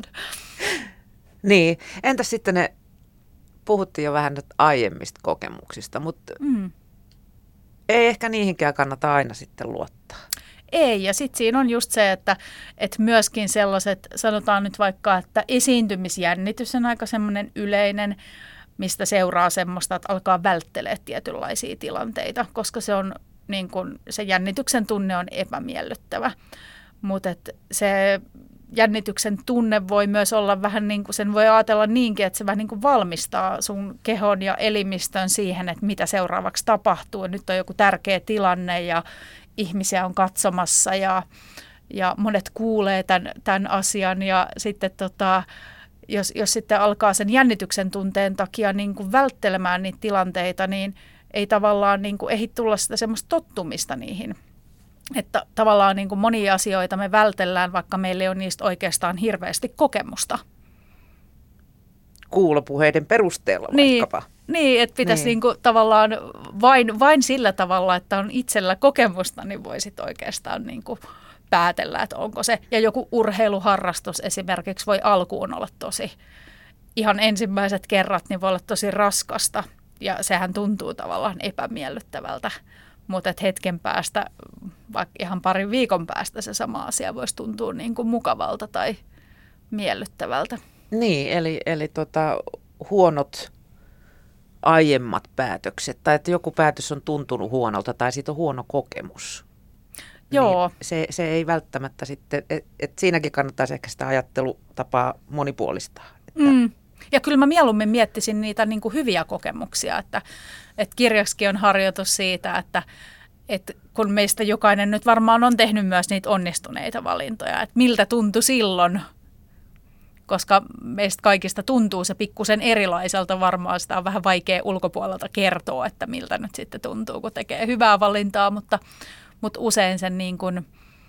Niin, entäs sitten ne, puhuttiin jo vähän nyt aiemmista kokemuksista, mutta mm. ei ehkä niihinkään kannata aina sitten luottaa. Ei, ja sitten siinä on just se, että, että myöskin sellaiset, sanotaan nyt vaikka, että esiintymisjännitys on aika semmoinen yleinen, mistä seuraa semmoista, että alkaa välttelee tietynlaisia tilanteita, koska se, on, niin kun, se jännityksen tunne on epämiellyttävä. Mutta se jännityksen tunne voi myös olla vähän niin kuin, sen voi ajatella niinkin, että se vähän niin kuin valmistaa sun kehon ja elimistön siihen, että mitä seuraavaksi tapahtuu. Nyt on joku tärkeä tilanne ja ihmisiä on katsomassa ja, ja monet kuulee tämän, tämän asian ja sitten tota, Jos, jos sitten alkaa sen jännityksen tunteen takia niin kuin välttelemään niitä tilanteita, niin ei tavallaan niin kuin ehdi tulla sitä semmoista tottumista niihin, että tavallaan niin kuin monia asioita me vältellään, vaikka meillä ei ole niistä oikeastaan hirveästi kokemusta. Kuulopuheiden perusteella niin, vaikkapa. Niin, että pitäisi niin. Niin kuin tavallaan vain, vain sillä tavalla, että on itsellä kokemusta, niin voisit oikeastaan niin kuin päätellä, että onko se. Ja joku urheiluharrastus esimerkiksi voi alkuun olla tosi, ihan ensimmäiset kerrat, niin voi olla tosi raskasta. Ja sehän tuntuu tavallaan epämiellyttävältä. Mutta hetken päästä, vaikka ihan parin viikon päästä se sama asia voisi tuntua niin kuin mukavalta tai miellyttävältä. Niin, eli, eli tota, huonot aiemmat päätökset, tai että joku päätös on tuntunut huonolta, tai siitä on huono kokemus. Joo. Niin se, se ei välttämättä sitten, että et siinäkin kannattaisi ehkä sitä ajattelutapaa monipuolistaa. Että mm. Ja kyllä mä mieluummin miettisin niitä niin kuin hyviä kokemuksia, että, että kirjaksikin on harjoitus siitä, että, että kun meistä jokainen nyt varmaan on tehnyt myös niitä onnistuneita valintoja, että miltä tuntui silloin, koska meistä kaikista tuntuu se pikkusen erilaiselta varmaan, sitä on vähän vaikea ulkopuolelta kertoa, että miltä nyt sitten tuntuu, kun tekee hyvää valintaa, mutta, mutta usein sen niin kuin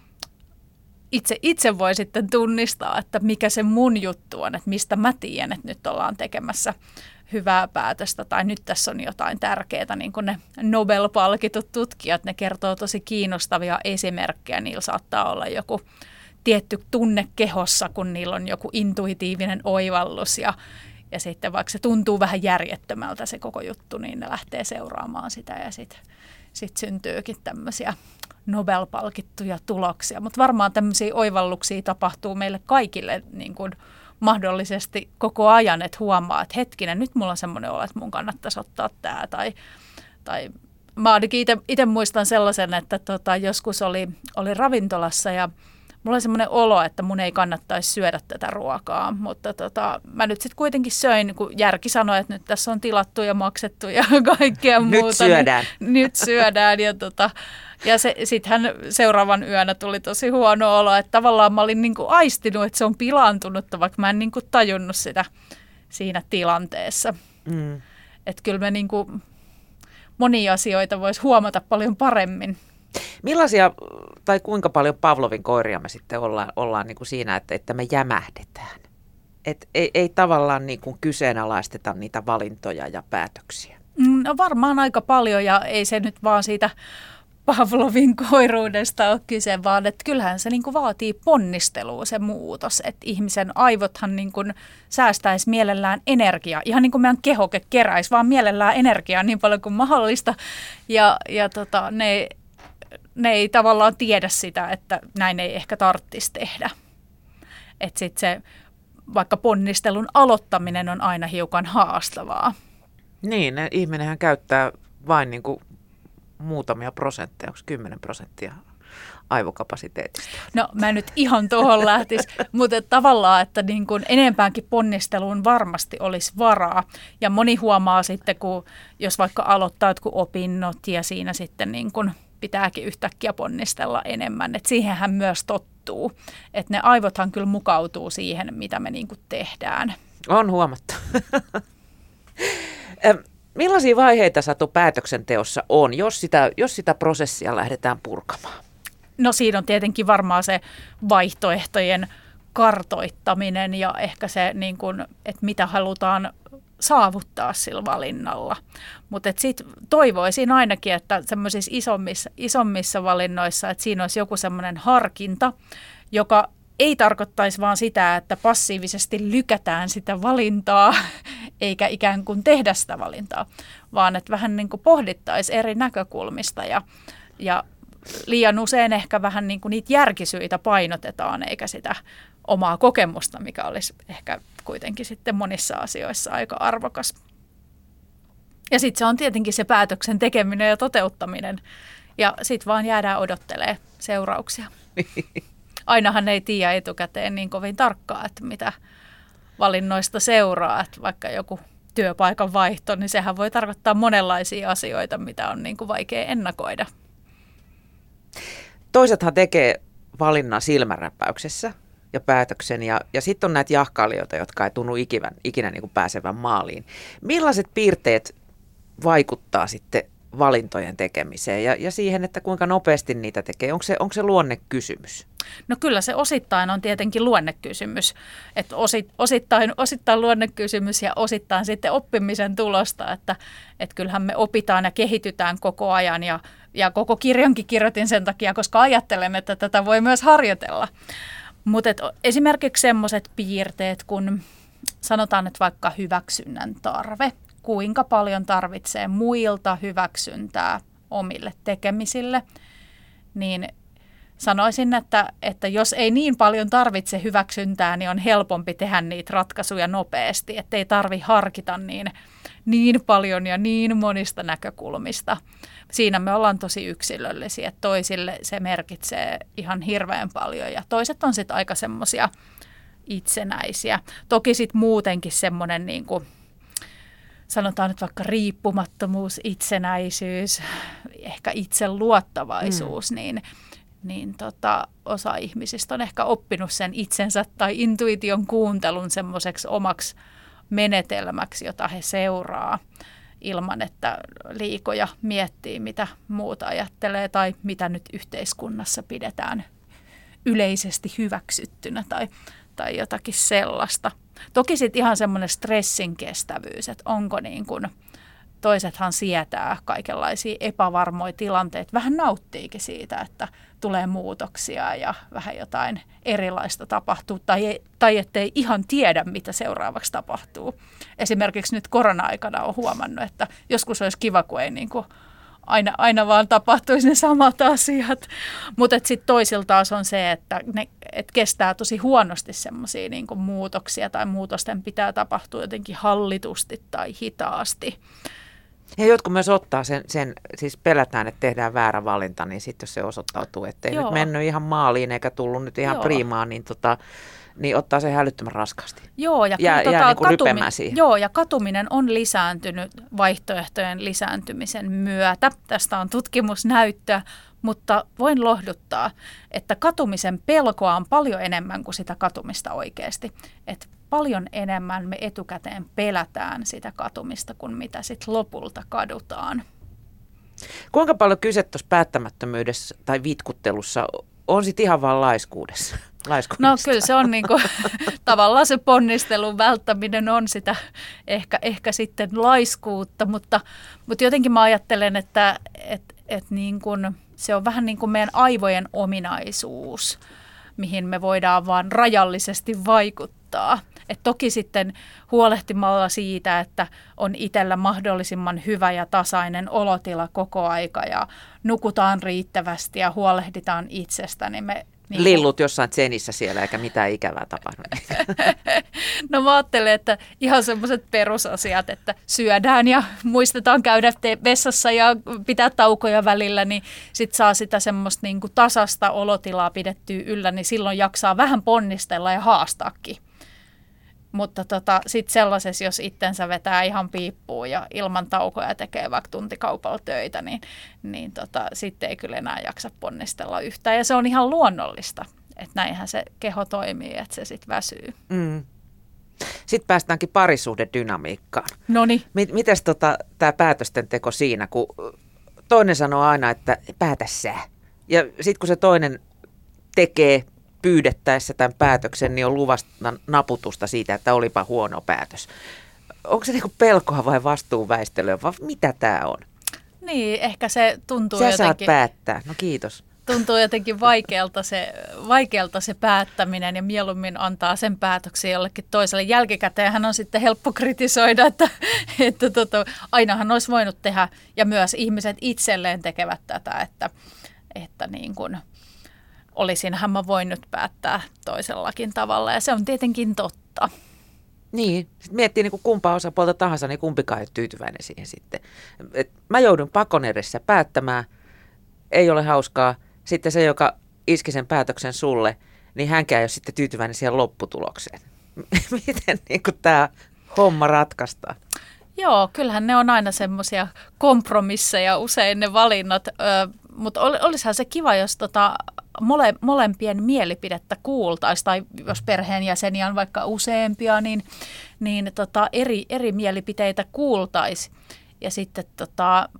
itse, itse voi sitten tunnistaa, että mikä se mun juttu on, että mistä mä tiedän, että nyt ollaan tekemässä hyvää päätöstä tai nyt tässä on jotain tärkeää, niin kuin ne Nobel-palkitut tutkijat, ne kertoo tosi kiinnostavia esimerkkejä, niillä saattaa olla joku tietty tunne kehossa, kun niillä on joku intuitiivinen oivallus ja, ja sitten vaikka se tuntuu vähän järjettömältä se koko juttu, niin ne lähtee seuraamaan sitä ja sitten sit syntyykin tämmöisiä Nobel-palkittuja tuloksia. Mutta varmaan tämmöisiä oivalluksia tapahtuu meille kaikille niin kuin mahdollisesti koko ajan, että huomaa, että hetkinen, nyt mulla on semmoinen olo, että mun kannattaisi ottaa tämä. Tai, tai mä ainakin itse muistan sellaisen, että tota, joskus oli, oli ravintolassa ja mulla oli semmoinen olo, että mun ei kannattaisi syödä tätä ruokaa, mutta tota, mä nyt sitten kuitenkin söin, kun järki sanoi, että nyt tässä on tilattu ja maksettu ja kaikkea nyt muuta. Syödään. Niin, nyt syödään. Ja, tota, ja sittenhän seuraavan yönä tuli tosi huono olo, että tavallaan mä olin niinku aistinut, että se on pilaantunutta, vaikka mä en niinku tajunnut sitä siinä tilanteessa. Mm. Että kyllä me niinku monia asioita voisi huomata paljon paremmin. Millaisia tai kuinka paljon Pavlovin koiria me sitten ollaan, ollaan niin kuin siinä, että, että me jämähdetään? Et ei, ei tavallaan niin kuin kyseenalaisteta niitä valintoja ja päätöksiä. No varmaan aika paljon ja ei se nyt vaan siitä Pavlovin koiruudesta ole kyse, vaan että kyllähän se niin kuin vaatii ponnistelua se muutos, että ihmisen aivothan niin kuin säästäisi mielellään energiaa, ihan niin kuin meidän kehoke keräisi vaan mielellään energiaa niin paljon kuin mahdollista ja, ja tota, ne ne ei tavallaan tiedä sitä, että näin ei ehkä tarvitsisi tehdä. Että sitten se, vaikka ponnistelun aloittaminen on aina hiukan haastavaa. Niin, ne, ihminenhän käyttää vain niin kuin muutamia prosentteja, onko kymmenen prosenttia aivokapasiteetista? No mä nyt ihan tuohon lähtisi, mutta tavallaan, että niin kuin enempäänkin ponnisteluun varmasti olisi varaa. Ja moni huomaa sitten, kun jos vaikka aloittaa jotkut opinnot ja siinä sitten niin kuin pitääkin yhtäkkiä ponnistella enemmän. Et siihenhän myös tottuu. Että ne aivothan kyllä mukautuu siihen, mitä me niinku tehdään. On huomattu. Millaisia vaiheita, Satu, päätöksenteossa on, jos sitä, jos sitä prosessia lähdetään purkamaan? No siinä on tietenkin varmaan se vaihtoehtojen kartoittaminen ja ehkä se, niin kun, että mitä halutaan saavuttaa sillä valinnalla. Mutta sitten toivoisin ainakin, että semmoisissa isommissa, isommissa valinnoissa, että siinä olisi joku semmoinen harkinta, joka ei tarkoittaisi vaan sitä, että passiivisesti lykätään sitä valintaa, eikä ikään kuin tehdä sitä valintaa, vaan että vähän niin kuin pohdittaisiin eri näkökulmista ja, ja liian usein ehkä vähän niin kuin niitä järkisyitä painotetaan, eikä sitä omaa kokemusta, mikä olisi ehkä kuitenkin sitten monissa asioissa aika arvokas. Ja sitten se on tietenkin se päätöksen tekeminen ja toteuttaminen. Ja sitten vaan jäädään odottelemaan seurauksia. Ainahan ei tiedä etukäteen niin kovin tarkkaan, että mitä valinnoista seuraa. Että vaikka joku työpaikan vaihto, niin sehän voi tarkoittaa monenlaisia asioita, mitä on niin kuin vaikea ennakoida. Toisethan tekee valinnan silmänräpäyksessä ja päätöksen, ja, ja sitten on näitä jahkailijoita, jotka ei tunnu ikinä, ikinä niin kuin pääsevän maaliin. Millaiset piirteet vaikuttaa sitten valintojen tekemiseen ja, ja siihen, että kuinka nopeasti niitä tekee? Onko se, onko se luonnekysymys? No kyllä se osittain on tietenkin luonnekysymys, että osit, osittain, osittain luonnekysymys ja osittain sitten oppimisen tulosta, että, että kyllähän me opitaan ja kehitytään koko ajan ja, ja koko kirjankin kirjoitin sen takia, koska ajattelen, että tätä voi myös harjoitella. Mutta esimerkiksi sellaiset piirteet, kun sanotaan, että vaikka hyväksynnän tarve, kuinka paljon tarvitsee muilta hyväksyntää omille tekemisille, niin sanoisin, että, että jos ei niin paljon tarvitse hyväksyntää, niin on helpompi tehdä niitä ratkaisuja nopeasti, ettei tarvi harkita niin, niin paljon ja niin monista näkökulmista. Siinä me ollaan tosi yksilöllisiä, että toisille se merkitsee ihan hirveän paljon ja toiset on sitten aika semmoisia itsenäisiä. Toki sitten muutenkin semmoinen niin kuin sanotaan nyt vaikka riippumattomuus, itsenäisyys, ehkä itseluottavaisuus, mm. niin, niin tota, osa ihmisistä on ehkä oppinut sen itsensä tai intuition kuuntelun semmoiseksi omaksi menetelmäksi, jota he seuraa ilman, että liikoja miettii, mitä muuta ajattelee tai mitä nyt yhteiskunnassa pidetään yleisesti hyväksyttynä tai, tai jotakin sellaista. Toki sitten ihan semmoinen stressin kestävyys, että onko niin kuin, toisethan sietää kaikenlaisia epävarmoja tilanteita, vähän nauttiikin siitä, että tulee muutoksia ja vähän jotain erilaista tapahtuu tai, tai ettei ihan tiedä, mitä seuraavaksi tapahtuu. Esimerkiksi nyt korona-aikana olen huomannut, että joskus olisi kiva, kun ei niin kuin aina, aina vaan tapahtuisi ne samat asiat, mutta sitten toisilta taas on se, että ne et kestää tosi huonosti semmoisia niin kuin muutoksia tai muutosten pitää tapahtua jotenkin hallitusti tai hitaasti. Ja jotkut myös ottaa sen, sen, siis pelätään, että tehdään väärä valinta, niin sitten jos se osoittautuu, että ei Joo. nyt mennyt ihan maaliin eikä tullut nyt ihan Joo. priimaan, niin, tota, niin ottaa se hälyttömän raskaasti. Joo, ja, ja, tota, ja niin kuin katumi- rypemään siihen. Joo, ja katuminen on lisääntynyt vaihtoehtojen lisääntymisen myötä. Tästä on tutkimusnäyttöä, mutta voin lohduttaa, että katumisen pelkoa on paljon enemmän kuin sitä katumista oikeasti. Että paljon enemmän me etukäteen pelätään sitä katumista kuin mitä sitten lopulta kadutaan. Kuinka paljon kyse tuossa päättämättömyydessä tai vitkuttelussa on sitten ihan vaan laiskuudessa? No kyllä se on niinku, tavallaan se ponnistelun välttäminen on sitä ehkä, ehkä sitten laiskuutta, mutta, mutta jotenkin mä ajattelen, että et, et niin kun, se on vähän niin kuin meidän aivojen ominaisuus, mihin me voidaan vaan rajallisesti vaikuttaa. Et toki sitten huolehtimalla siitä, että on itsellä mahdollisimman hyvä ja tasainen olotila koko aika ja nukutaan riittävästi ja huolehditaan itsestä, niin me niin lillut jossain tsenissä siellä eikä mitään ikävää tapahdu. No mä ajattelen, että ihan semmoiset perusasiat, että syödään ja muistetaan käydä vessassa ja pitää taukoja välillä, niin sit saa sitä semmoista niinku tasasta olotilaa pidettyä yllä, niin silloin jaksaa vähän ponnistella ja haastaakin. Mutta tota, sitten sellaisessa, jos itsensä vetää ihan piippuun ja ilman taukoja tekee vaikka tuntikaupalla töitä, niin, niin tota, sitten ei kyllä enää jaksa ponnistella yhtään. Ja se on ihan luonnollista, että näinhän se keho toimii, että se sitten väsyy. Mm. Sitten päästäänkin parisuhdedynamiikkaan. Noniin. M- mites tota, tämä päätösten teko siinä, kun toinen sanoo aina, että päätä sä. Ja sitten kun se toinen tekee pyydettäessä tämän päätöksen, niin on luvasta naputusta siitä, että olipa huono päätös. Onko se niinku pelkoa vai vastuunväistelyä, vai mitä tämä on? Niin, ehkä se tuntuu Sä jotenkin... saat päättää, no kiitos. Tuntuu jotenkin vaikealta se, vaikealta se päättäminen ja mieluummin antaa sen päätöksen jollekin toiselle. Jälkikäteenhän on sitten helppo kritisoida, että, että tota, ainahan olisi voinut tehdä, ja myös ihmiset itselleen tekevät tätä, että, että niin kuin... olisinhan mä voinut päättää toisellakin tavalla, ja se on tietenkin totta. Niin, sitten miettii niin kuin kumpaa osapuolta tahansa, niin kumpikaan ei ole tyytyväinen siihen sitten. Et mä joudun pakon edessä päättämään, ei ole hauskaa. Sitten se, joka iski sen päätöksen sulle, niin hänkään ei ole sitten tyytyväinen siihen lopputulokseen. Miten niin kuin tämä homma ratkaistaan? Joo, kyllähän ne on aina semmoisia kompromisseja, usein ne valinnat, mutta olisihan se kiva, jos tota mole, molempien mielipidettä kuultaisiin, tai jos perheenjäseniä on vaikka useampia, niin, niin tota eri, eri mielipiteitä kuultaisiin. Ja sitten tota,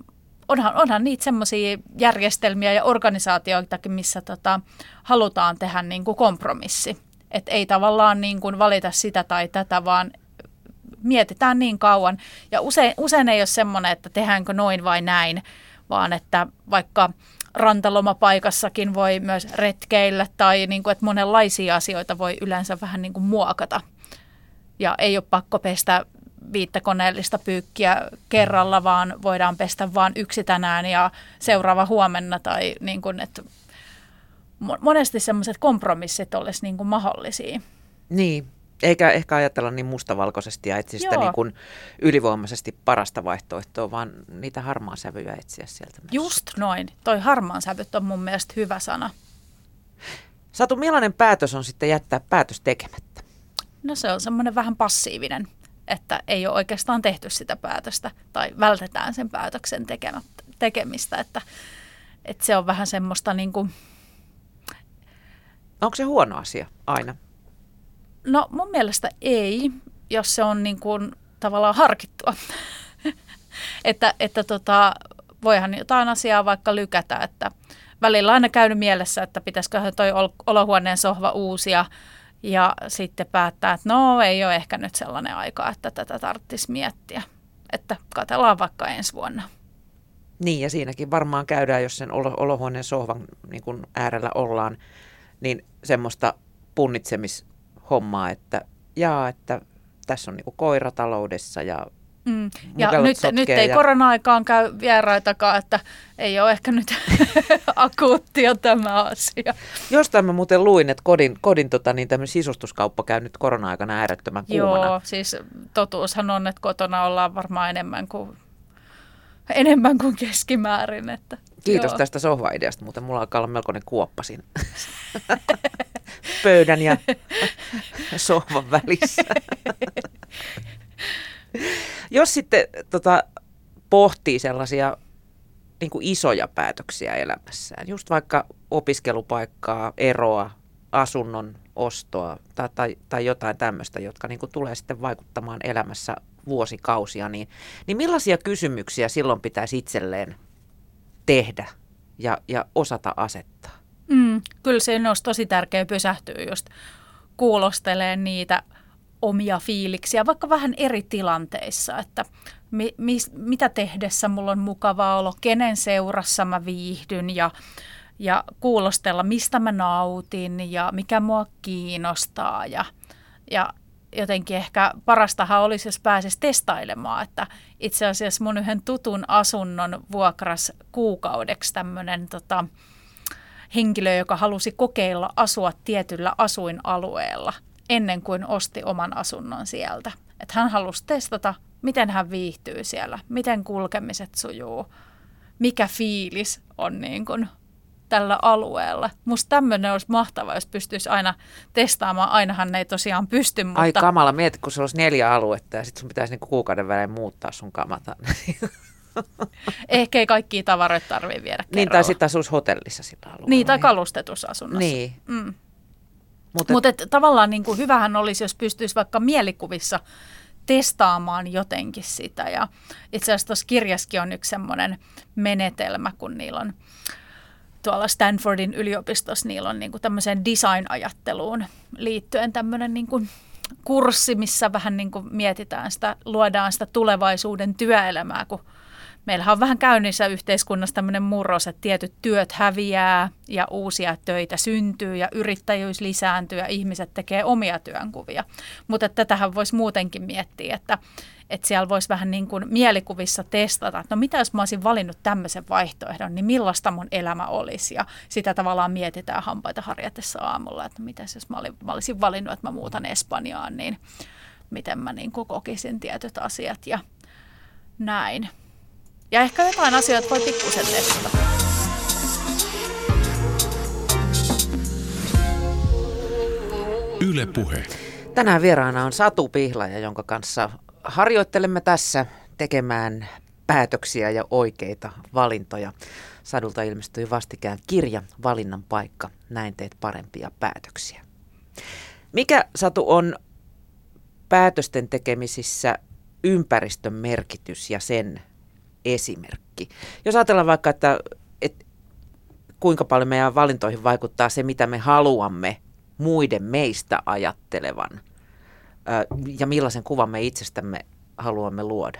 onhan, onhan niitä semmoisia järjestelmiä ja organisaatioitakin, missä tota, halutaan tehdä niin kuin kompromissi. Että ei tavallaan niin kuin valita sitä tai tätä, vaan mietitään niin kauan. Ja usein, usein ei ole semmoinen, että tehdäänkö noin vai näin, vaan että vaikka rantalomapaikassakin voi myös retkeillä tai niin kuin, että monenlaisia asioita voi yleensä vähän niin kuin muokata. Ja ei ole pakko pestä viittä koneellista pyykkiä kerralla, vaan voidaan pestä vain yksi tänään ja seuraava huomenna. Tai niin kuin, että monesti semmoiset kompromissit olisi niin kuin mahdollisia. Niin, eikä ehkä ajatella niin mustavalkoisesti ja etsiä sitä niin kuin ylivoimaisesti parasta vaihtoehtoa, vaan niitä harmaan sävyjä etsiä sieltä myös. Just noin. Toi harmaan sävyt on mun mielestä hyvä sana. Satu, millainen päätös on sitten jättää päätös tekemättä? No se on semmoinen vähän passiivinen, että ei ole oikeastaan tehty sitä päätöstä tai vältetään sen päätöksen tekemättä, tekemistä, että, että se on vähän semmoista niin kuin... Onko se huono asia aina? No mun mielestä ei, jos se on niin kuin tavallaan harkittua. että että tota, voihan jotain asiaa vaikka lykätä, että välillä on aina käynyt mielessä, että pitäisiköhän toi olohuoneen sohva uusia ja sitten päättää, että no ei ole ehkä nyt sellainen aika, että tätä tarvitsisi miettiä. Että katsellaan vaikka ensi vuonna. Niin ja siinäkin varmaan käydään, jos sen olohuoneen sohvan niin kuin äärellä ollaan, niin semmoista punnitsemishommaa, että jaa, että tässä on niin kuin koira taloudessa ja Mm. Ja nyt, nyt ei ja... korona-aikaan käy vieraitakaan, että ei ole ehkä nyt akuuttia tämä asia. Jostain mä muuten luin, että kodin, kodin tota, niin tämmöinen sisustuskauppa käy nyt korona-aikana äärettömän kuumana. Joo, siis totuushan on, että kotona ollaan varmaan enemmän kuin, enemmän kuin keskimäärin. Että, Kiitos joo. tästä sohva-ideasta, muuten mulla alkaa olla melkoinen kuoppa siinä pöydän ja sohvan välissä. Jos sitten tota, pohtii sellaisia niin kuin isoja päätöksiä elämässään, just vaikka opiskelupaikkaa, eroa, asunnon ostoa tai, tai, tai jotain tämmöistä, jotka niin kuin tulee sitten vaikuttamaan elämässä vuosikausia, niin, niin millaisia kysymyksiä silloin pitäisi itselleen tehdä ja, ja osata asettaa? Mm, kyllä se olisi tosi tärkeää pysähtyä just kuulostelee niitä omia fiiliksiä, vaikka vähän eri tilanteissa, että mi, mi, mitä tehdessä mulla on mukava olo, kenen seurassa mä viihdyn ja, ja kuulostella, mistä mä nautin ja mikä mua kiinnostaa. Ja, ja jotenkin ehkä parastahan olisi, jos pääsisi testailemaan, että itse asiassa mun yhden tutun asunnon vuokras kuukaudeksi tämmöinen tota, henkilö, joka halusi kokeilla asua tietyllä asuinalueella ennen kuin osti oman asunnon sieltä. Että hän halusi testata, miten hän viihtyy siellä, miten kulkemiset sujuu, mikä fiilis on niin kuin tällä alueella. Musta tämmöinen olisi mahtavaa, jos pystyisi aina testaamaan. Ainahan ne ei tosiaan pysty, mutta... Ai kamala, mieti, kun sulla olisi neljä aluetta ja sitten sun pitäisi niinku kuukauden välein muuttaa sun kamata. Ehkä ei kaikkia tavaroita tarvitse viedä kerralla. Niin, tai sitten asuisi hotellissa sillä alueella. Niin, tai kalustetussa asunnossa. Niin. Mm. Mutta Mut et, tavallaan niin kuin hyvähän olisi, jos pystyisi vaikka mielikuvissa testaamaan jotenkin sitä. Ja itse asiassa tuossa kirjassakin on yksi semmoinen menetelmä, kun niillä on tuolla Stanfordin yliopistossa, niillä on niin kuin tämmöiseen design-ajatteluun liittyen tämmöinen niin kuin kurssi, missä vähän niin kuin mietitään sitä, luodaan sitä tulevaisuuden työelämää, kun meillähän on vähän käynnissä yhteiskunnassa tämmöinen murros, että tietyt työt häviää ja uusia töitä syntyy ja yrittäjyys lisääntyy ja ihmiset tekee omia työnkuvia. Mutta tätähän voisi muutenkin miettiä, että, että siellä voisi vähän niin kuin mielikuvissa testata, että no mitä jos mä olisin valinnut tämmöisen vaihtoehdon, niin millaista mun elämä olisi. Ja sitä tavallaan mietitään hampaita harjatessa aamulla, että mitäs jos mä, olin, mä olisin valinnut, että mä muutan Espanjaan, niin miten mä niin kuin kokisin tietyt asiat ja näin. Ja ehkä jotain asioita voi pikkusen testata. Yle Puhe. Tänään vieraana on Satu Pihlaja, jonka kanssa harjoittelemme tässä tekemään päätöksiä ja oikeita valintoja. Sadulta ilmestyi vastikään kirja Valinnan paikka. Näin teet parempia päätöksiä. Mikä, Satu, on päätösten tekemisissä ympäristön merkitys ja sen esimerkki. Jos ajatellaan vaikka, että, että kuinka paljon meidän valintoihin vaikuttaa se, mitä me haluamme muiden meistä ajattelevan ja millaisen kuvan me itsestämme haluamme luoda.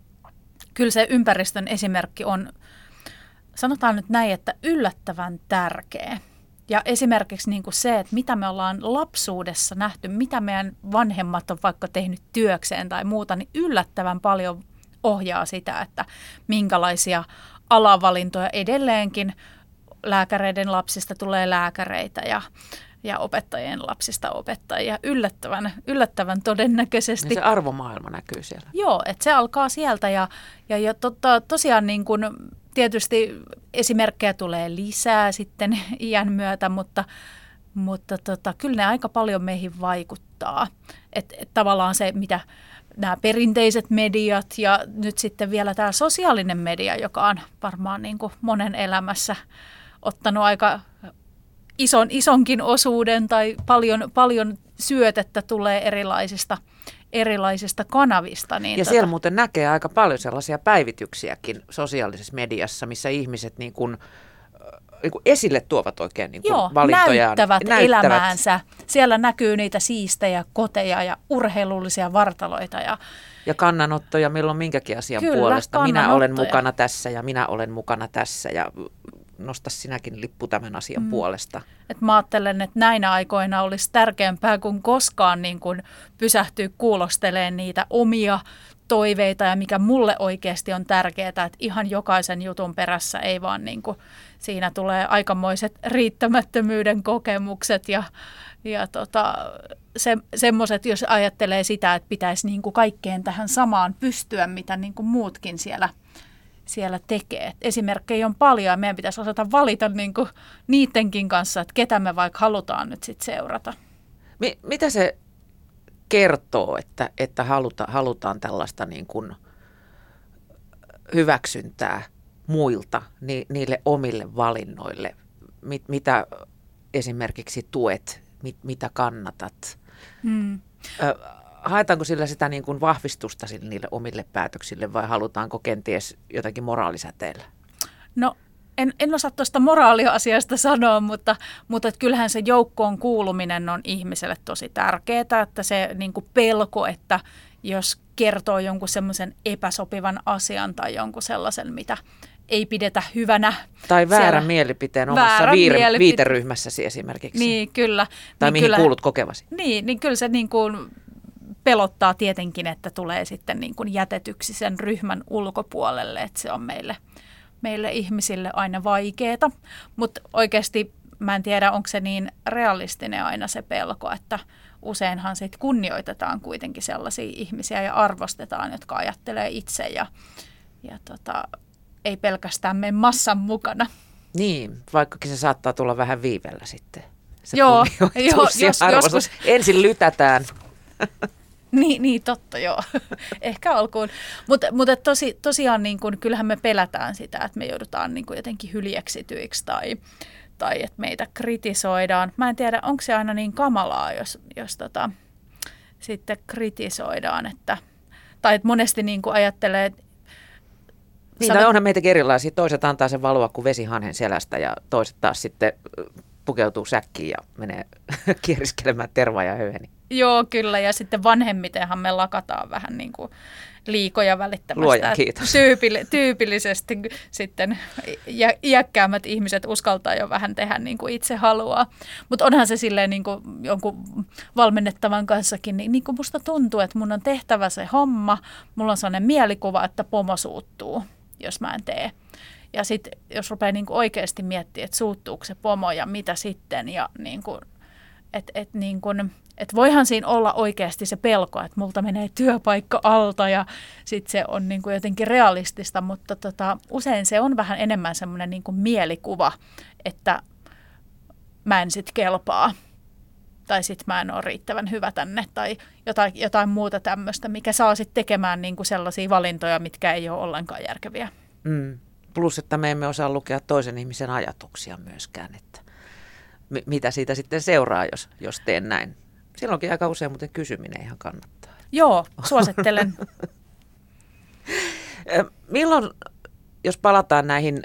Kyllä se ympäristön esimerkki on, sanotaan nyt näin, että yllättävän tärkeä. Ja esimerkiksi niin kuin se, että mitä me ollaan lapsuudessa nähty, mitä meidän vanhemmat on vaikka tehnyt työkseen tai muuta, niin yllättävän paljon ohjaa sitä, että minkälaisia alavalintoja edelleenkin lääkäreiden lapsista tulee lääkäreitä ja, ja opettajien lapsista opettajia. Yllättävän, yllättävän todennäköisesti. Ja se arvomaailma näkyy siellä. Joo, että se alkaa sieltä ja, ja, ja to, to, tosiaan niin kuin tietysti esimerkkejä tulee lisää sitten iän myötä, mutta, mutta tota, kyllä ne aika paljon meihin vaikuttaa. Että et tavallaan se, mitä nämä perinteiset mediat ja nyt sitten vielä tämä sosiaalinen media, joka on varmaan niin kuin monen elämässä ottanut aika ison, isonkin osuuden tai paljon, paljon syötettä tulee erilaisista erilaisista kanavista. Niin ja tota... siellä muuten näkee aika paljon sellaisia päivityksiäkin sosiaalisessa mediassa, missä ihmiset niin kuin, niin kuin esille tuovat oikein niin kuin Joo, valintojaan. Näyttävät, näyttävät elämäänsä. Siellä näkyy niitä siistejä koteja ja urheilullisia vartaloita. Ja, ja kannanottoja milloin minkäkin asian Kyllä, puolesta. Minä olen mukana tässä ja minä olen mukana tässä ja nosta sinäkin lippu tämän asian mm. puolesta. Et mä ajattelen, että näinä aikoina olisi tärkeämpää kuin koskaan niin kun pysähtyä kuulostelemaan niitä omia toiveita ja mikä mulle oikeasti on tärkeää, että ihan jokaisen jutun perässä ei vaan niin kuin, siinä tulee aikamoiset riittämättömyyden kokemukset ja, ja tota, se, semmoiset, jos ajattelee sitä, että pitäisi niin kuin kaikkeen tähän samaan pystyä, mitä niin kuin muutkin siellä siellä tekee. Esimerkkejä on paljon ja meidän pitäisi osata valita niin kuin niidenkin kanssa, että ketä me vaikka halutaan nyt sit seurata. Mi- mitä se kertoo, että, että haluta, halutaan tällaista niin kuin hyväksyntää muilta ni, niille omille valinnoille? Mit, mitä esimerkiksi tuet, mit, mitä kannatat? Hmm. Ö, Haetaanko sillä sitä niin kuin vahvistusta niille omille päätöksille vai halutaanko kenties jotakin moraalisäteellä? No en, en osaa tuosta moraaliasiasta sanoa, mutta, mutta että kyllähän se joukkoon kuuluminen on ihmiselle tosi tärkeää, että se niin kuin pelko, että jos kertoo jonkun semmoisen epäsopivan asian tai jonkun sellaisen, mitä ei pidetä hyvänä. Tai väärän mielipiteen omassa viire, mielipite- viiteryhmässäsi esimerkiksi. Niin, kyllä. Tai niin mihin kyllä, kuulut kokevasi. Niin, niin kyllä se niin kuin pelottaa tietenkin, että tulee sitten niin kuin jätetyksi sen ryhmän ulkopuolelle, että se on meille, meille ihmisille aina vaikeaa. Mutta oikeasti mä en tiedä, onko se niin realistinen aina se pelko, että useinhan sit kunnioitetaan kuitenkin sellaisia ihmisiä ja arvostetaan, jotka ajattelee itse ja, ja tota, ei pelkästään mene massan mukana. Niin, vaikkakin se saattaa tulla vähän viivellä sitten. Se joo, jo, jos, joskus. Ensin lytätään. Niin, niin, totta, joo. Ehkä alkuun. Mutta mut tosi, tosiaan niin kun, kyllähän me pelätään sitä, että me joudutaan niin kun jotenkin hyljeksityiksi tai, tai että meitä kritisoidaan. Mä en tiedä, onko se aina niin kamalaa, jos, jos tota, sitten kritisoidaan. Että, tai että monesti niin kun ajattelee, että niin, sanot... onhan meitäkin erilaisia. Toiset antaa sen valua kuin vesihanhen selästä ja toiset taas sitten pukeutuu säkkiin ja menee kieriskelemään tervaa ja höyheni. Joo, kyllä. Ja sitten vanhemmitenhan me lakataan vähän niin kuin liikoja välittämästä. Luojan kiitos. Tyypill- tyypillisesti sitten iä- iäkkäämmät ihmiset uskaltaa jo vähän tehdä niin kuin itse haluaa. Mutta onhan se silleen niin kuin jonkun valmennettavan kanssakin, niin, niin kuin musta tuntuu, että mun on tehtävä se homma. Mulla on sellainen mielikuva, että pomo suuttuu, jos mä en tee. Ja sitten jos rupeaa niin kuin oikeasti miettimään, että suuttuuko se pomo ja mitä sitten ja niin kuin, että et niin kuin, et voihan siinä olla oikeasti se pelko, että multa menee työpaikka alta ja sitten se on niin kuin jotenkin realistista, mutta tota, usein se on vähän enemmän semmoinen niin kuin mielikuva, että mä en sitten kelpaa tai sitten mä en ole riittävän hyvä tänne tai jotain, jotain muuta tämmöistä, mikä saa sitten tekemään niin kuin sellaisia valintoja, mitkä ei ole ollenkaan järkeviä. Mm. Plus, että me emme osaa lukea toisen ihmisen ajatuksia myöskään, että m- mitä siitä sitten seuraa, jos, jos teen näin. Silloinkin aika usein muuten kysyminen ihan kannattaa. Joo, suosittelen. Milloin jos palataan näihin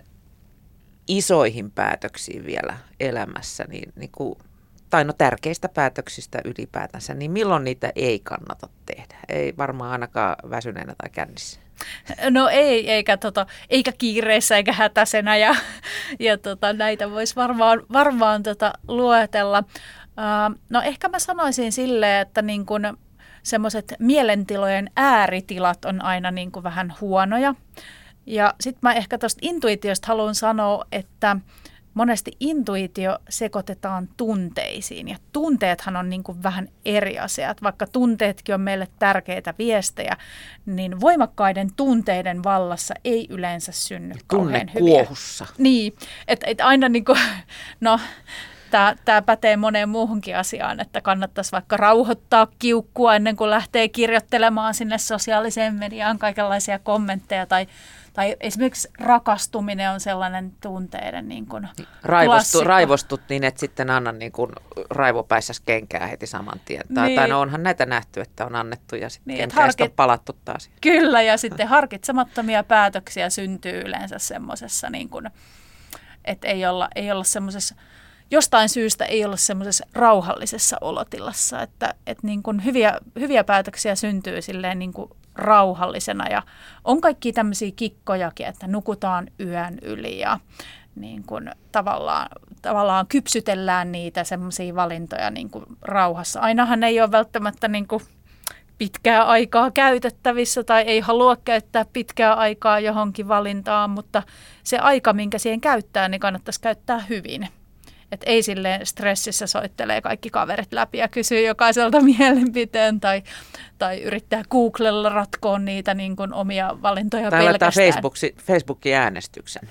isoihin päätöksiin vielä elämässä, niin, niin kuin, tai no tärkeistä päätöksistä ylipäätänsä, niin milloin niitä ei kannata tehdä? Ei varmaan ainakaan väsyneenä tai kännissä. No ei, eikä, tota, eikä kiireessä eikä hätäisenä ja, ja tota, näitä voisi varmaan, varmaan tota, luetella. Uh, no ehkä mä sanoisin silleen, että niin kun semmoiset mielentilojen ääritilat on aina niin kun vähän huonoja. Ja sitten mä ehkä tuosta intuitiosta haluan sanoa, että monesti intuitio sekoitetaan tunteisiin ja tunteethan on niin kuin vähän eri asiat. Vaikka tunteetkin on meille tärkeitä viestejä, niin voimakkaiden tunteiden vallassa ei yleensä synny kauhean hyviä. Tunnekuohussa. Niin, että et aina niin kuin, no tämä pätee moneen muuhunkin asiaan, että kannattaisi vaikka rauhoittaa kiukkua ennen kuin lähtee kirjoittelemaan sinne sosiaaliseen mediaan kaikenlaisia kommentteja tai Tai esimerkiksi rakastuminen on sellainen tunteiden niin kuin Raivostu, raivostut niin, et sitten anna niin kuin raivopäissäsi kenkää heti saman tien. Tai, niin. tai no onhan näitä nähty, että on annettu ja sitten niin, harkit... on palattu taas. Kyllä, ja sitten harkitsemattomia päätöksiä syntyy yleensä semmoisessa, niin kuin, että ei olla, ei olla semmoisessa, jostain syystä ei olla semmoisessa rauhallisessa olotilassa. Että, että niin kuin hyviä, hyviä päätöksiä syntyy silleen niin kuin rauhallisena ja on kaikki tämmöisiä kikkojakin, että nukutaan yön yli ja niin kuin tavallaan, tavallaan kypsytellään niitä semmoisia valintoja niin kuin rauhassa. Ainahan ei ole välttämättä niin kuin pitkää aikaa käytettävissä tai ei halua käyttää pitkää aikaa johonkin valintaan, mutta se aika, minkä siihen käyttää, niin kannattaisi käyttää hyvin. Et ei silleen stressissä soittelee kaikki kaverit läpi ja kysyy jokaiselta mielipiteen tai, tai yrittää Googlella ratkoa niitä niin kuin omia valintoja tai pelkästään. Tai laittaa Facebookin äänestyksen.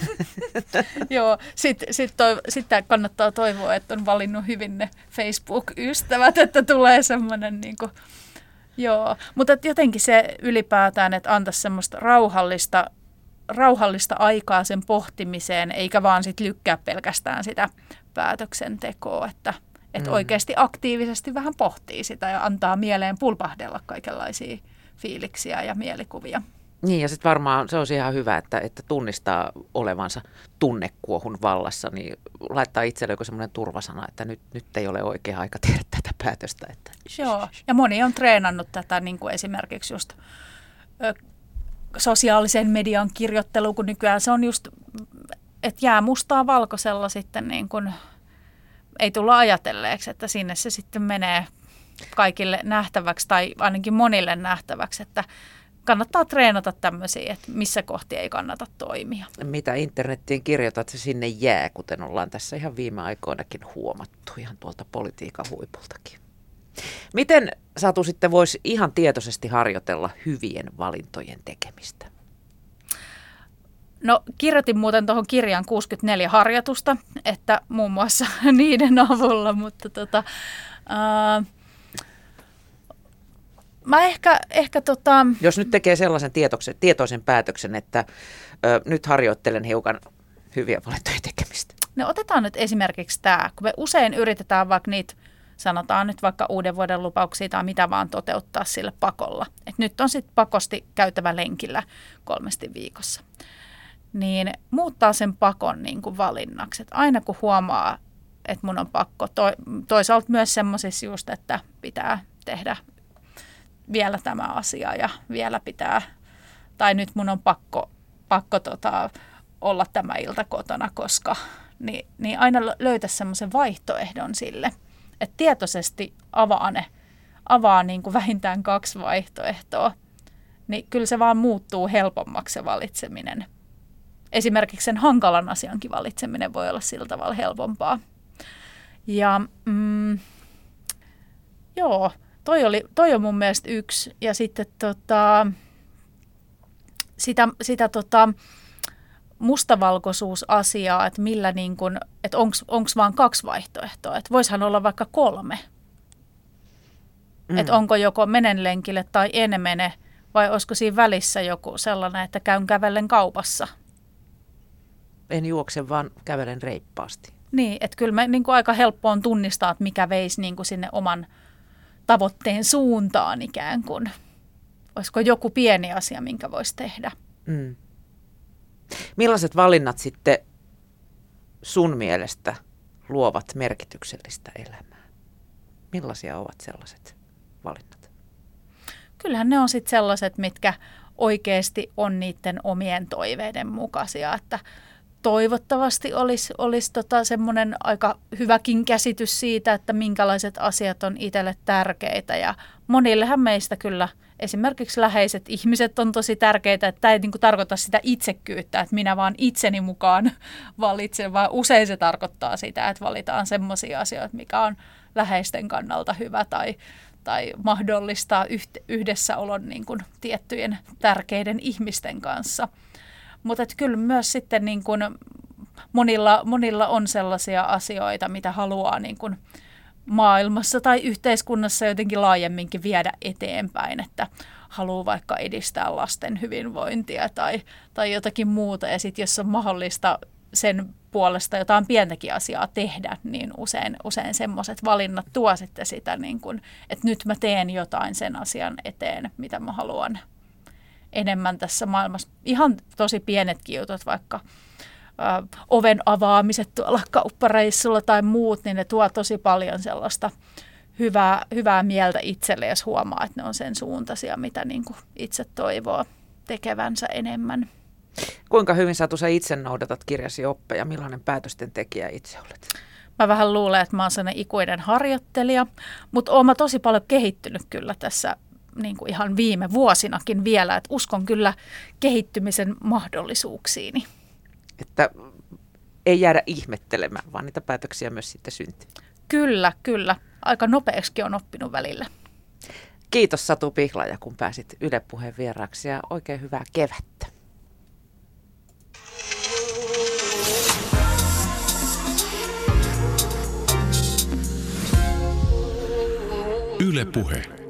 Joo, sitten sit sit kannattaa toivoa, että on valinnut hyvin ne Facebook-ystävät, että tulee semmoinen niin kuin, joo. Mutta jotenkin se ylipäätään, että antaisi semmoista rauhallista rauhallista aikaa sen pohtimiseen, eikä vaan sit lykkää pelkästään sitä päätöksentekoa, että, että mm. oikeasti aktiivisesti vähän pohtii sitä ja antaa mieleen pulpahdella kaikenlaisia fiiliksiä ja mielikuvia. Niin, ja sitten varmaan se on ihan hyvä, että, että tunnistaa olevansa tunnekuohun vallassa, niin laittaa itselle joku semmoinen turvasana, että nyt, nyt ei ole oikea aika tehdä tätä päätöstä. Että... Joo, ja moni on treenannut tätä niin kuin esimerkiksi just ö, sosiaalisen median kirjoittelu, kun nykyään se on just, että jää mustaa valkoisella sitten niin kuin, ei tulla ajatelleeksi, että sinne se sitten menee kaikille nähtäväksi tai ainakin monille nähtäväksi, että kannattaa treenata tämmöisiä, että missä kohti ei kannata toimia. Mitä internettiin kirjoitat, se sinne jää, kuten ollaan tässä ihan viime aikoinakin huomattu, ihan tuolta politiikan huipultakin. Miten Satu sitten voisi ihan tietoisesti harjoitella hyvien valintojen tekemistä? No kirjoitin muuten tuohon kirjaan kuusikymmentäneljä harjoitusta, että muun muassa niiden avulla, mutta tota, ää, mä ehkä, ehkä tota... Jos nyt tekee sellaisen tietoisen, tietoisen päätöksen, että ö, nyt harjoittelen hiukan hyviä valintojen tekemistä. No otetaan nyt esimerkiksi tämä, kun me usein yritetään vaikka niitä, sanotaan nyt vaikka uuden vuoden lupauksia tai mitä vaan toteuttaa sillä pakolla. Et nyt on sitten pakosti käytävä lenkillä kolmesti viikossa. Niin muuttaa sen pakon niin kuin valinnaksi. Et aina kun huomaa, että mun on pakko, to, toisaalta myös semmoisissa just, että pitää tehdä vielä tämä asia ja vielä pitää, tai nyt mun on pakko, pakko tota, olla tämä ilta kotona, koska, niin, niin aina löytää semmoisen vaihtoehdon sille. Että tietoisesti avaa ne, avaa niin kuin vähintään kaksi vaihtoehtoa, niin kyllä se vaan muuttuu helpommaksi se valitseminen. Esimerkiksi sen hankalan asiankin valitseminen voi olla sillä tavalla helpompaa. Ja mm, joo, toi, oli, toi on mun mielestä yksi. Ja sitten tota, sitä, sitä tota, mustavalkoisuusasiaa, että millä niin kuin, että onko vaan kaksi vaihtoehtoa. Että voisihan olla vaikka kolme. Mm. Että onko joko menen lenkille tai en mene, vai olisiko siinä välissä joku sellainen, että käyn kävellen kaupassa. En juokse, vaan kävelen reippaasti. Niin, että kyllä me, niin kuin aika helppo on tunnistaa, että mikä veisi niin kuin sinne oman tavoitteen suuntaan ikään kuin. Olisiko joku pieni asia, minkä voisi tehdä. Mm. Millaiset valinnat sitten sun mielestä luovat merkityksellistä elämää? Millaisia ovat sellaiset valinnat? Kyllähän ne on sitten sellaiset, mitkä oikeasti on niiden omien toiveiden mukaisia, että toivottavasti olisi, olisi tota semmoinen aika hyväkin käsitys siitä, että minkälaiset asiat on itselle tärkeitä. Ja monillehan meistä kyllä esimerkiksi läheiset ihmiset on tosi tärkeitä, että tämä ei niin kuin tarkoita sitä itsekkyyttä, että minä vaan itseni mukaan valitsen, vaan usein se tarkoittaa sitä, että valitaan semmoisia asioita, mikä on läheisten kannalta hyvä tai, tai mahdollistaa yhdessäolon niin kuin tiettyjen tärkeiden ihmisten kanssa. Mutta kyllä myös sitten niin kun monilla, monilla on sellaisia asioita, mitä haluaa niin kun maailmassa tai yhteiskunnassa jotenkin laajemminkin viedä eteenpäin, että haluaa vaikka edistää lasten hyvinvointia tai, tai jotakin muuta. Ja sitten jos on mahdollista sen puolesta jotain pientäkin asiaa tehdä, niin usein, usein semmoiset valinnat tuo sitten sitä, niin kun, että nyt mä teen jotain sen asian eteen, mitä mä haluan enemmän tässä maailmassa. Ihan tosi pienetkin jutut, vaikka ö, oven avaamiset tuolla kauppareissulla tai muut, niin ne tuo tosi paljon sellaista hyvää, hyvää mieltä itselle, jos huomaa, että ne on sen suuntaisia, mitä niin kuin itse toivoo tekevänsä enemmän. Kuinka hyvin sä Tusa itse noudatat kirjasi oppeja? Millainen päätösten tekijä itse olet? Mä vähän luulen, että mä oon sellainen ikuinen harjoittelija, mutta oon mä tosi paljon kehittynyt kyllä tässä niin kuin ihan viime vuosinakin vielä, että uskon kyllä kehittymisen mahdollisuuksiini. Että ei jäädä ihmettelemään, vaan niitä päätöksiä myös sitten syntyy. Kyllä, kyllä. Aika nopeaksikin on oppinut välillä. Kiitos Satu Pihlaja, kun pääsit Yle Puheen vieraaksi ja oikein hyvää kevättä. Yle Puhe.